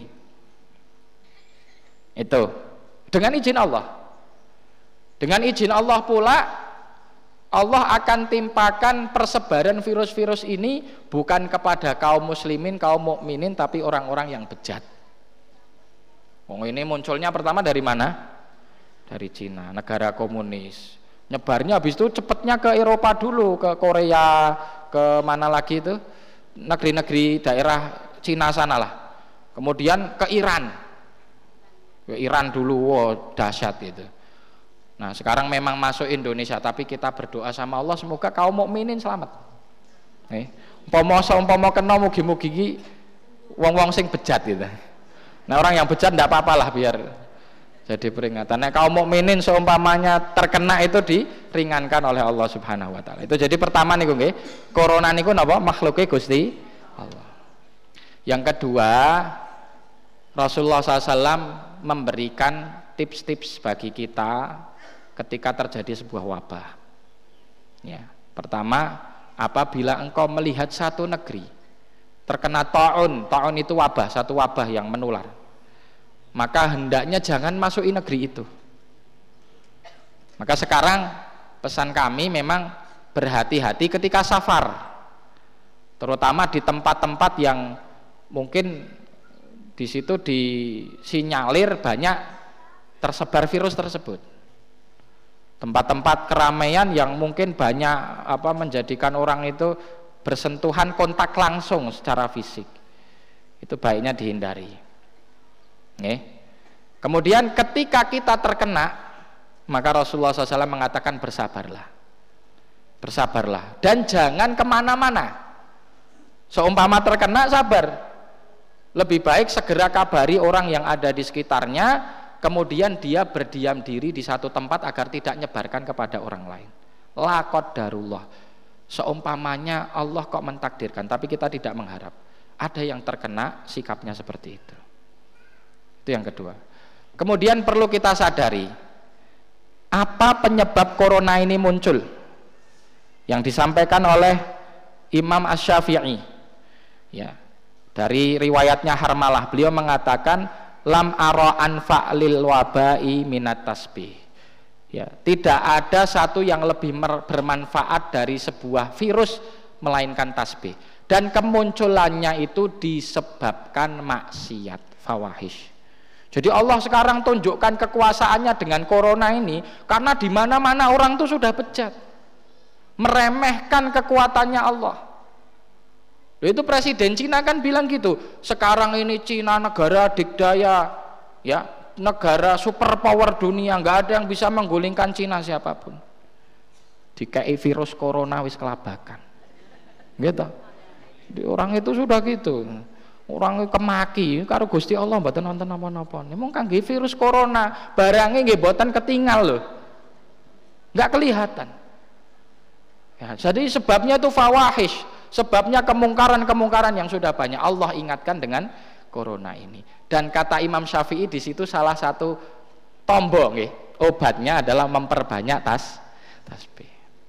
Itu dengan izin Allah. Dengan izin Allah pula Allah akan timpakan persebaran virus-virus ini bukan kepada kaum muslimin, kaum mukminin, tapi orang-orang yang bejat. Oh, ini munculnya pertama dari mana? Dari Cina, negara komunis. Nyebarnya habis itu cepatnya ke Eropa dulu, ke Korea, ke mana lagi itu? Negeri-negeri daerah Cina sana lah. Kemudian ke Iran. Ke Iran dulu, wow, dahsyat itu. Nah sekarang memang masuk Indonesia, tapi kita berdoa sama Allah semoga kaum mukminin selamat. Eh, umpama umpama kena mugi-mugi wong-wong sing bejat gitu. Nah orang yang bejat tidak apa-apa lah biar jadi peringatan. Nah kaum mukminin seumpamanya terkena itu diringankan oleh Allah Subhanahu Wa Taala. Itu jadi pertama nih gue, corona niku napa makhluknya Gusti Allah. Yang kedua, Rasulullah shallallahu alaihi wasallam memberikan tips-tips bagi kita ketika terjadi sebuah wabah. Ya, pertama, apabila engkau melihat satu negeri terkena taun, taun itu wabah, satu wabah yang menular, maka hendaknya jangan masuki negeri itu. Maka sekarang pesan kami memang berhati-hati ketika safar, terutama di tempat-tempat yang mungkin di situ disinyalir banyak tersebar virus tersebut. Tempat-tempat keramaian yang mungkin banyak apa menjadikan orang itu bersentuhan kontak langsung secara fisik. Itu baiknya dihindari. Nggih. Kemudian ketika kita terkena, maka Rasulullah shallallahu alaihi wasallam mengatakan bersabarlah. Bersabarlah dan jangan kemana-mana. Seumpama terkena, sabar. Lebih baik segera kabari orang yang ada di sekitarnya, kemudian dia berdiam diri di satu tempat agar tidak menyebarkan kepada orang lain. La qadarullah. Seumpamanya Allah kok mentakdirkan, tapi kita tidak mengharap. Ada yang terkena, sikapnya seperti itu. Itu yang kedua. Kemudian perlu kita sadari, apa penyebab corona ini muncul? Yang disampaikan oleh Imam Asy-Syafi'i, ya, dari riwayatnya Harmalah, beliau mengatakan lam ara anfa lil wabai minat tasbih. Ya, tidak ada satu yang lebih bermanfaat dari sebuah virus melainkan tasbih. Dan kemunculannya itu disebabkan maksiat, fawahish. Jadi Allah sekarang tunjukkan kekuasaannya dengan corona ini, karena di mana-mana orang itu sudah bejat, meremehkan kekuatannya Allah. Itu Presiden Cina kan bilang gitu, sekarang ini Cina negara dikdaya, ya, negara superpower dunia, nggak ada yang bisa menggulingkan Cina siapapun. Dikai virus corona wis kelabakan, gitu. Orang itu sudah gitu, orang kemaki karo Gusti Allah mboten wonten napa-napa. Mung kangge virus corona, barangnya nggih mboten ketinggal loh, nggak kelihatan. Ya, jadi sebabnya itu fawahish, sebabnya kemungkaran-kemungkaran yang sudah banyak Allah ingatkan dengan corona ini. Dan kata Imam Syafi'i di situ salah satu tombol nggih, obatnya adalah memperbanyak tas tasbih.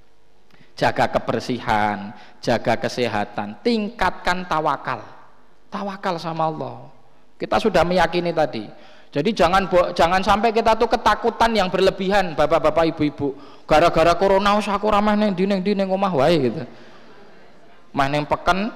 Jaga kebersihan, jaga kesehatan, tingkatkan tawakal. Tawakal sama Allah. Kita sudah meyakini tadi. Jadi jangan jangan sampai kita tuh ketakutan yang berlebihan, bapak-bapak, ibu-ibu. Gara-gara corona wis aku ora meh ning ndi ning ndi ning omah wae gitu. Meh ning peken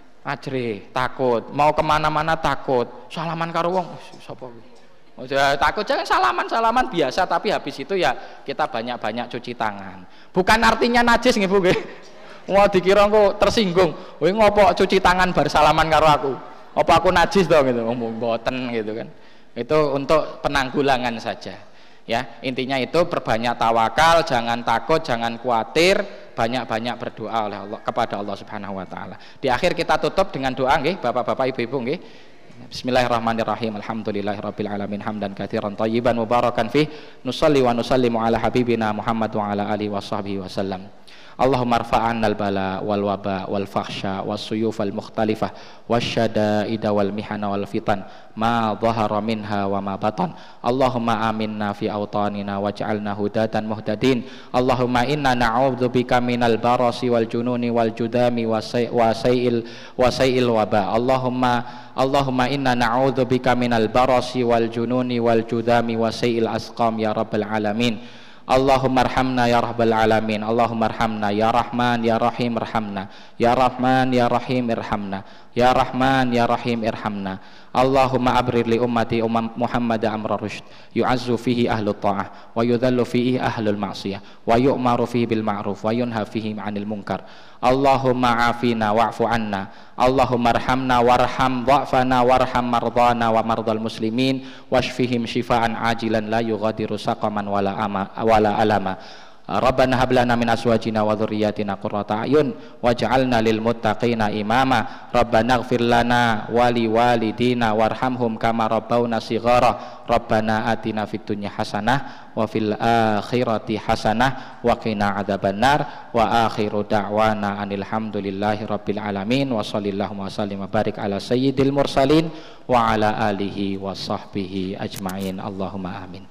ajre, takut. Mau kemana-mana takut. Salaman karo wong, sapa kuwi? Oh, takut jangan salaman-salaman biasa, tapi habis itu ya kita banyak-banyak cuci tangan. Bukan artinya najis nggih Bu nggih. Wah dikira engko tersinggung. Kowe ngopo cuci tangan bar salaman karo aku? Apa aku najis to gitu? Ngomong mboten gitu kan. Itu untuk penanggulangan saja. Ya, intinya itu perbanyak tawakal, jangan takut, jangan khawatir, banyak-banyak berdoa oleh Allah kepada Allah Subhanahu wa taala. Di akhir kita tutup dengan doa nggih, Bapak-bapak, Ibu-ibu nggih. Bismillahirrahmanirrahim. Alhamdulillahirabbil alamin hamdan katsiran thayyiban mubarakan fih. Nusalli wa nusallimu ala habibina Muhammad wa ala alihi washabbihi wasallam. Allahumma rfa'anna al-bala wal waba wal fakhsha was suyuf al mukhtalifah wasyada'ida wal mihana wal fitan ma dhahara minha wa ma batan. Allahumma aminna fi awtanina waj'alna hudatan muhtadin. Allahumma inna na'udzubika minal barasi wal jununi wal judami wa sayil wa sayil waba. Allahumma Allahumma inna na'udzubika minal barasi wal jununi wal judami wa sayil asqam ya rabbal alamin. Allahumma arhamna ya rabbal alamin. Allahumma arhamna ya rahman ya rahim irhamna. Ya rahman ya rahim irhamna. Ya rahman ya rahim irhamna. Allahumma abrir li ummati umam Muhammad amra rushd yu'azzu fihi ahlu ta'ah wa yudhallu fihi ahlul ma'siyah wa yu'maru fihi bil ma'ruf wa yunha fihi 'anil munkar. Allahumma afina wa'fu anna. Allahumma arhamna warham dha'fana warham mardana wa mardal muslimin washfihim shifaan ajilan la yughadiru saqaman wala ama wala alama. Rabbana hab lana min azwajina wa dhurriyyatina qurrata a'yun waj'alna lil muttaqina imama. Rabbana ighfir lana wa li walidina warhamhum kama rabbawna shighara. Rabbana atina fid dunya hasanah wa fil akhirati hasanah wa qina adzabannar. Wa akhiru da'wana anil hamdulillahi rabbil alamin wa sallallahu wa sallim wa barik ala sayyidil mursalin wa ala alihi wa sahbihi ajmain. Allahumma amin.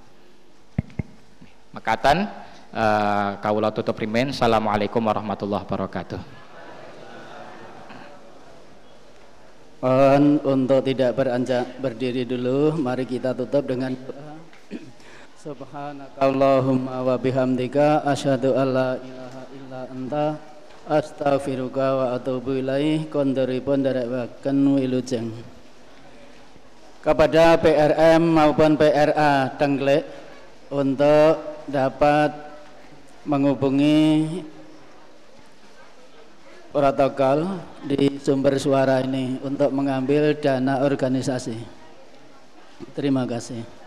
Makatan Uh, kaula tutup rimen. Assalamualaikum warahmatullahi wabarakatuh. Mohon untuk tidak beranjak berdiri dulu, mari kita tutup dengan doa. Subhanakallahumma wa bihamdika asyhadu alla ilaha illa anta astaghfiruka wa atubu ilaih. Konderipun derekaken wilujeng kepada P R M maupun P R A Tenglek untuk dapat menghubungi protokol di sumber suara ini untuk mengambil dana organisasi. Terima kasih.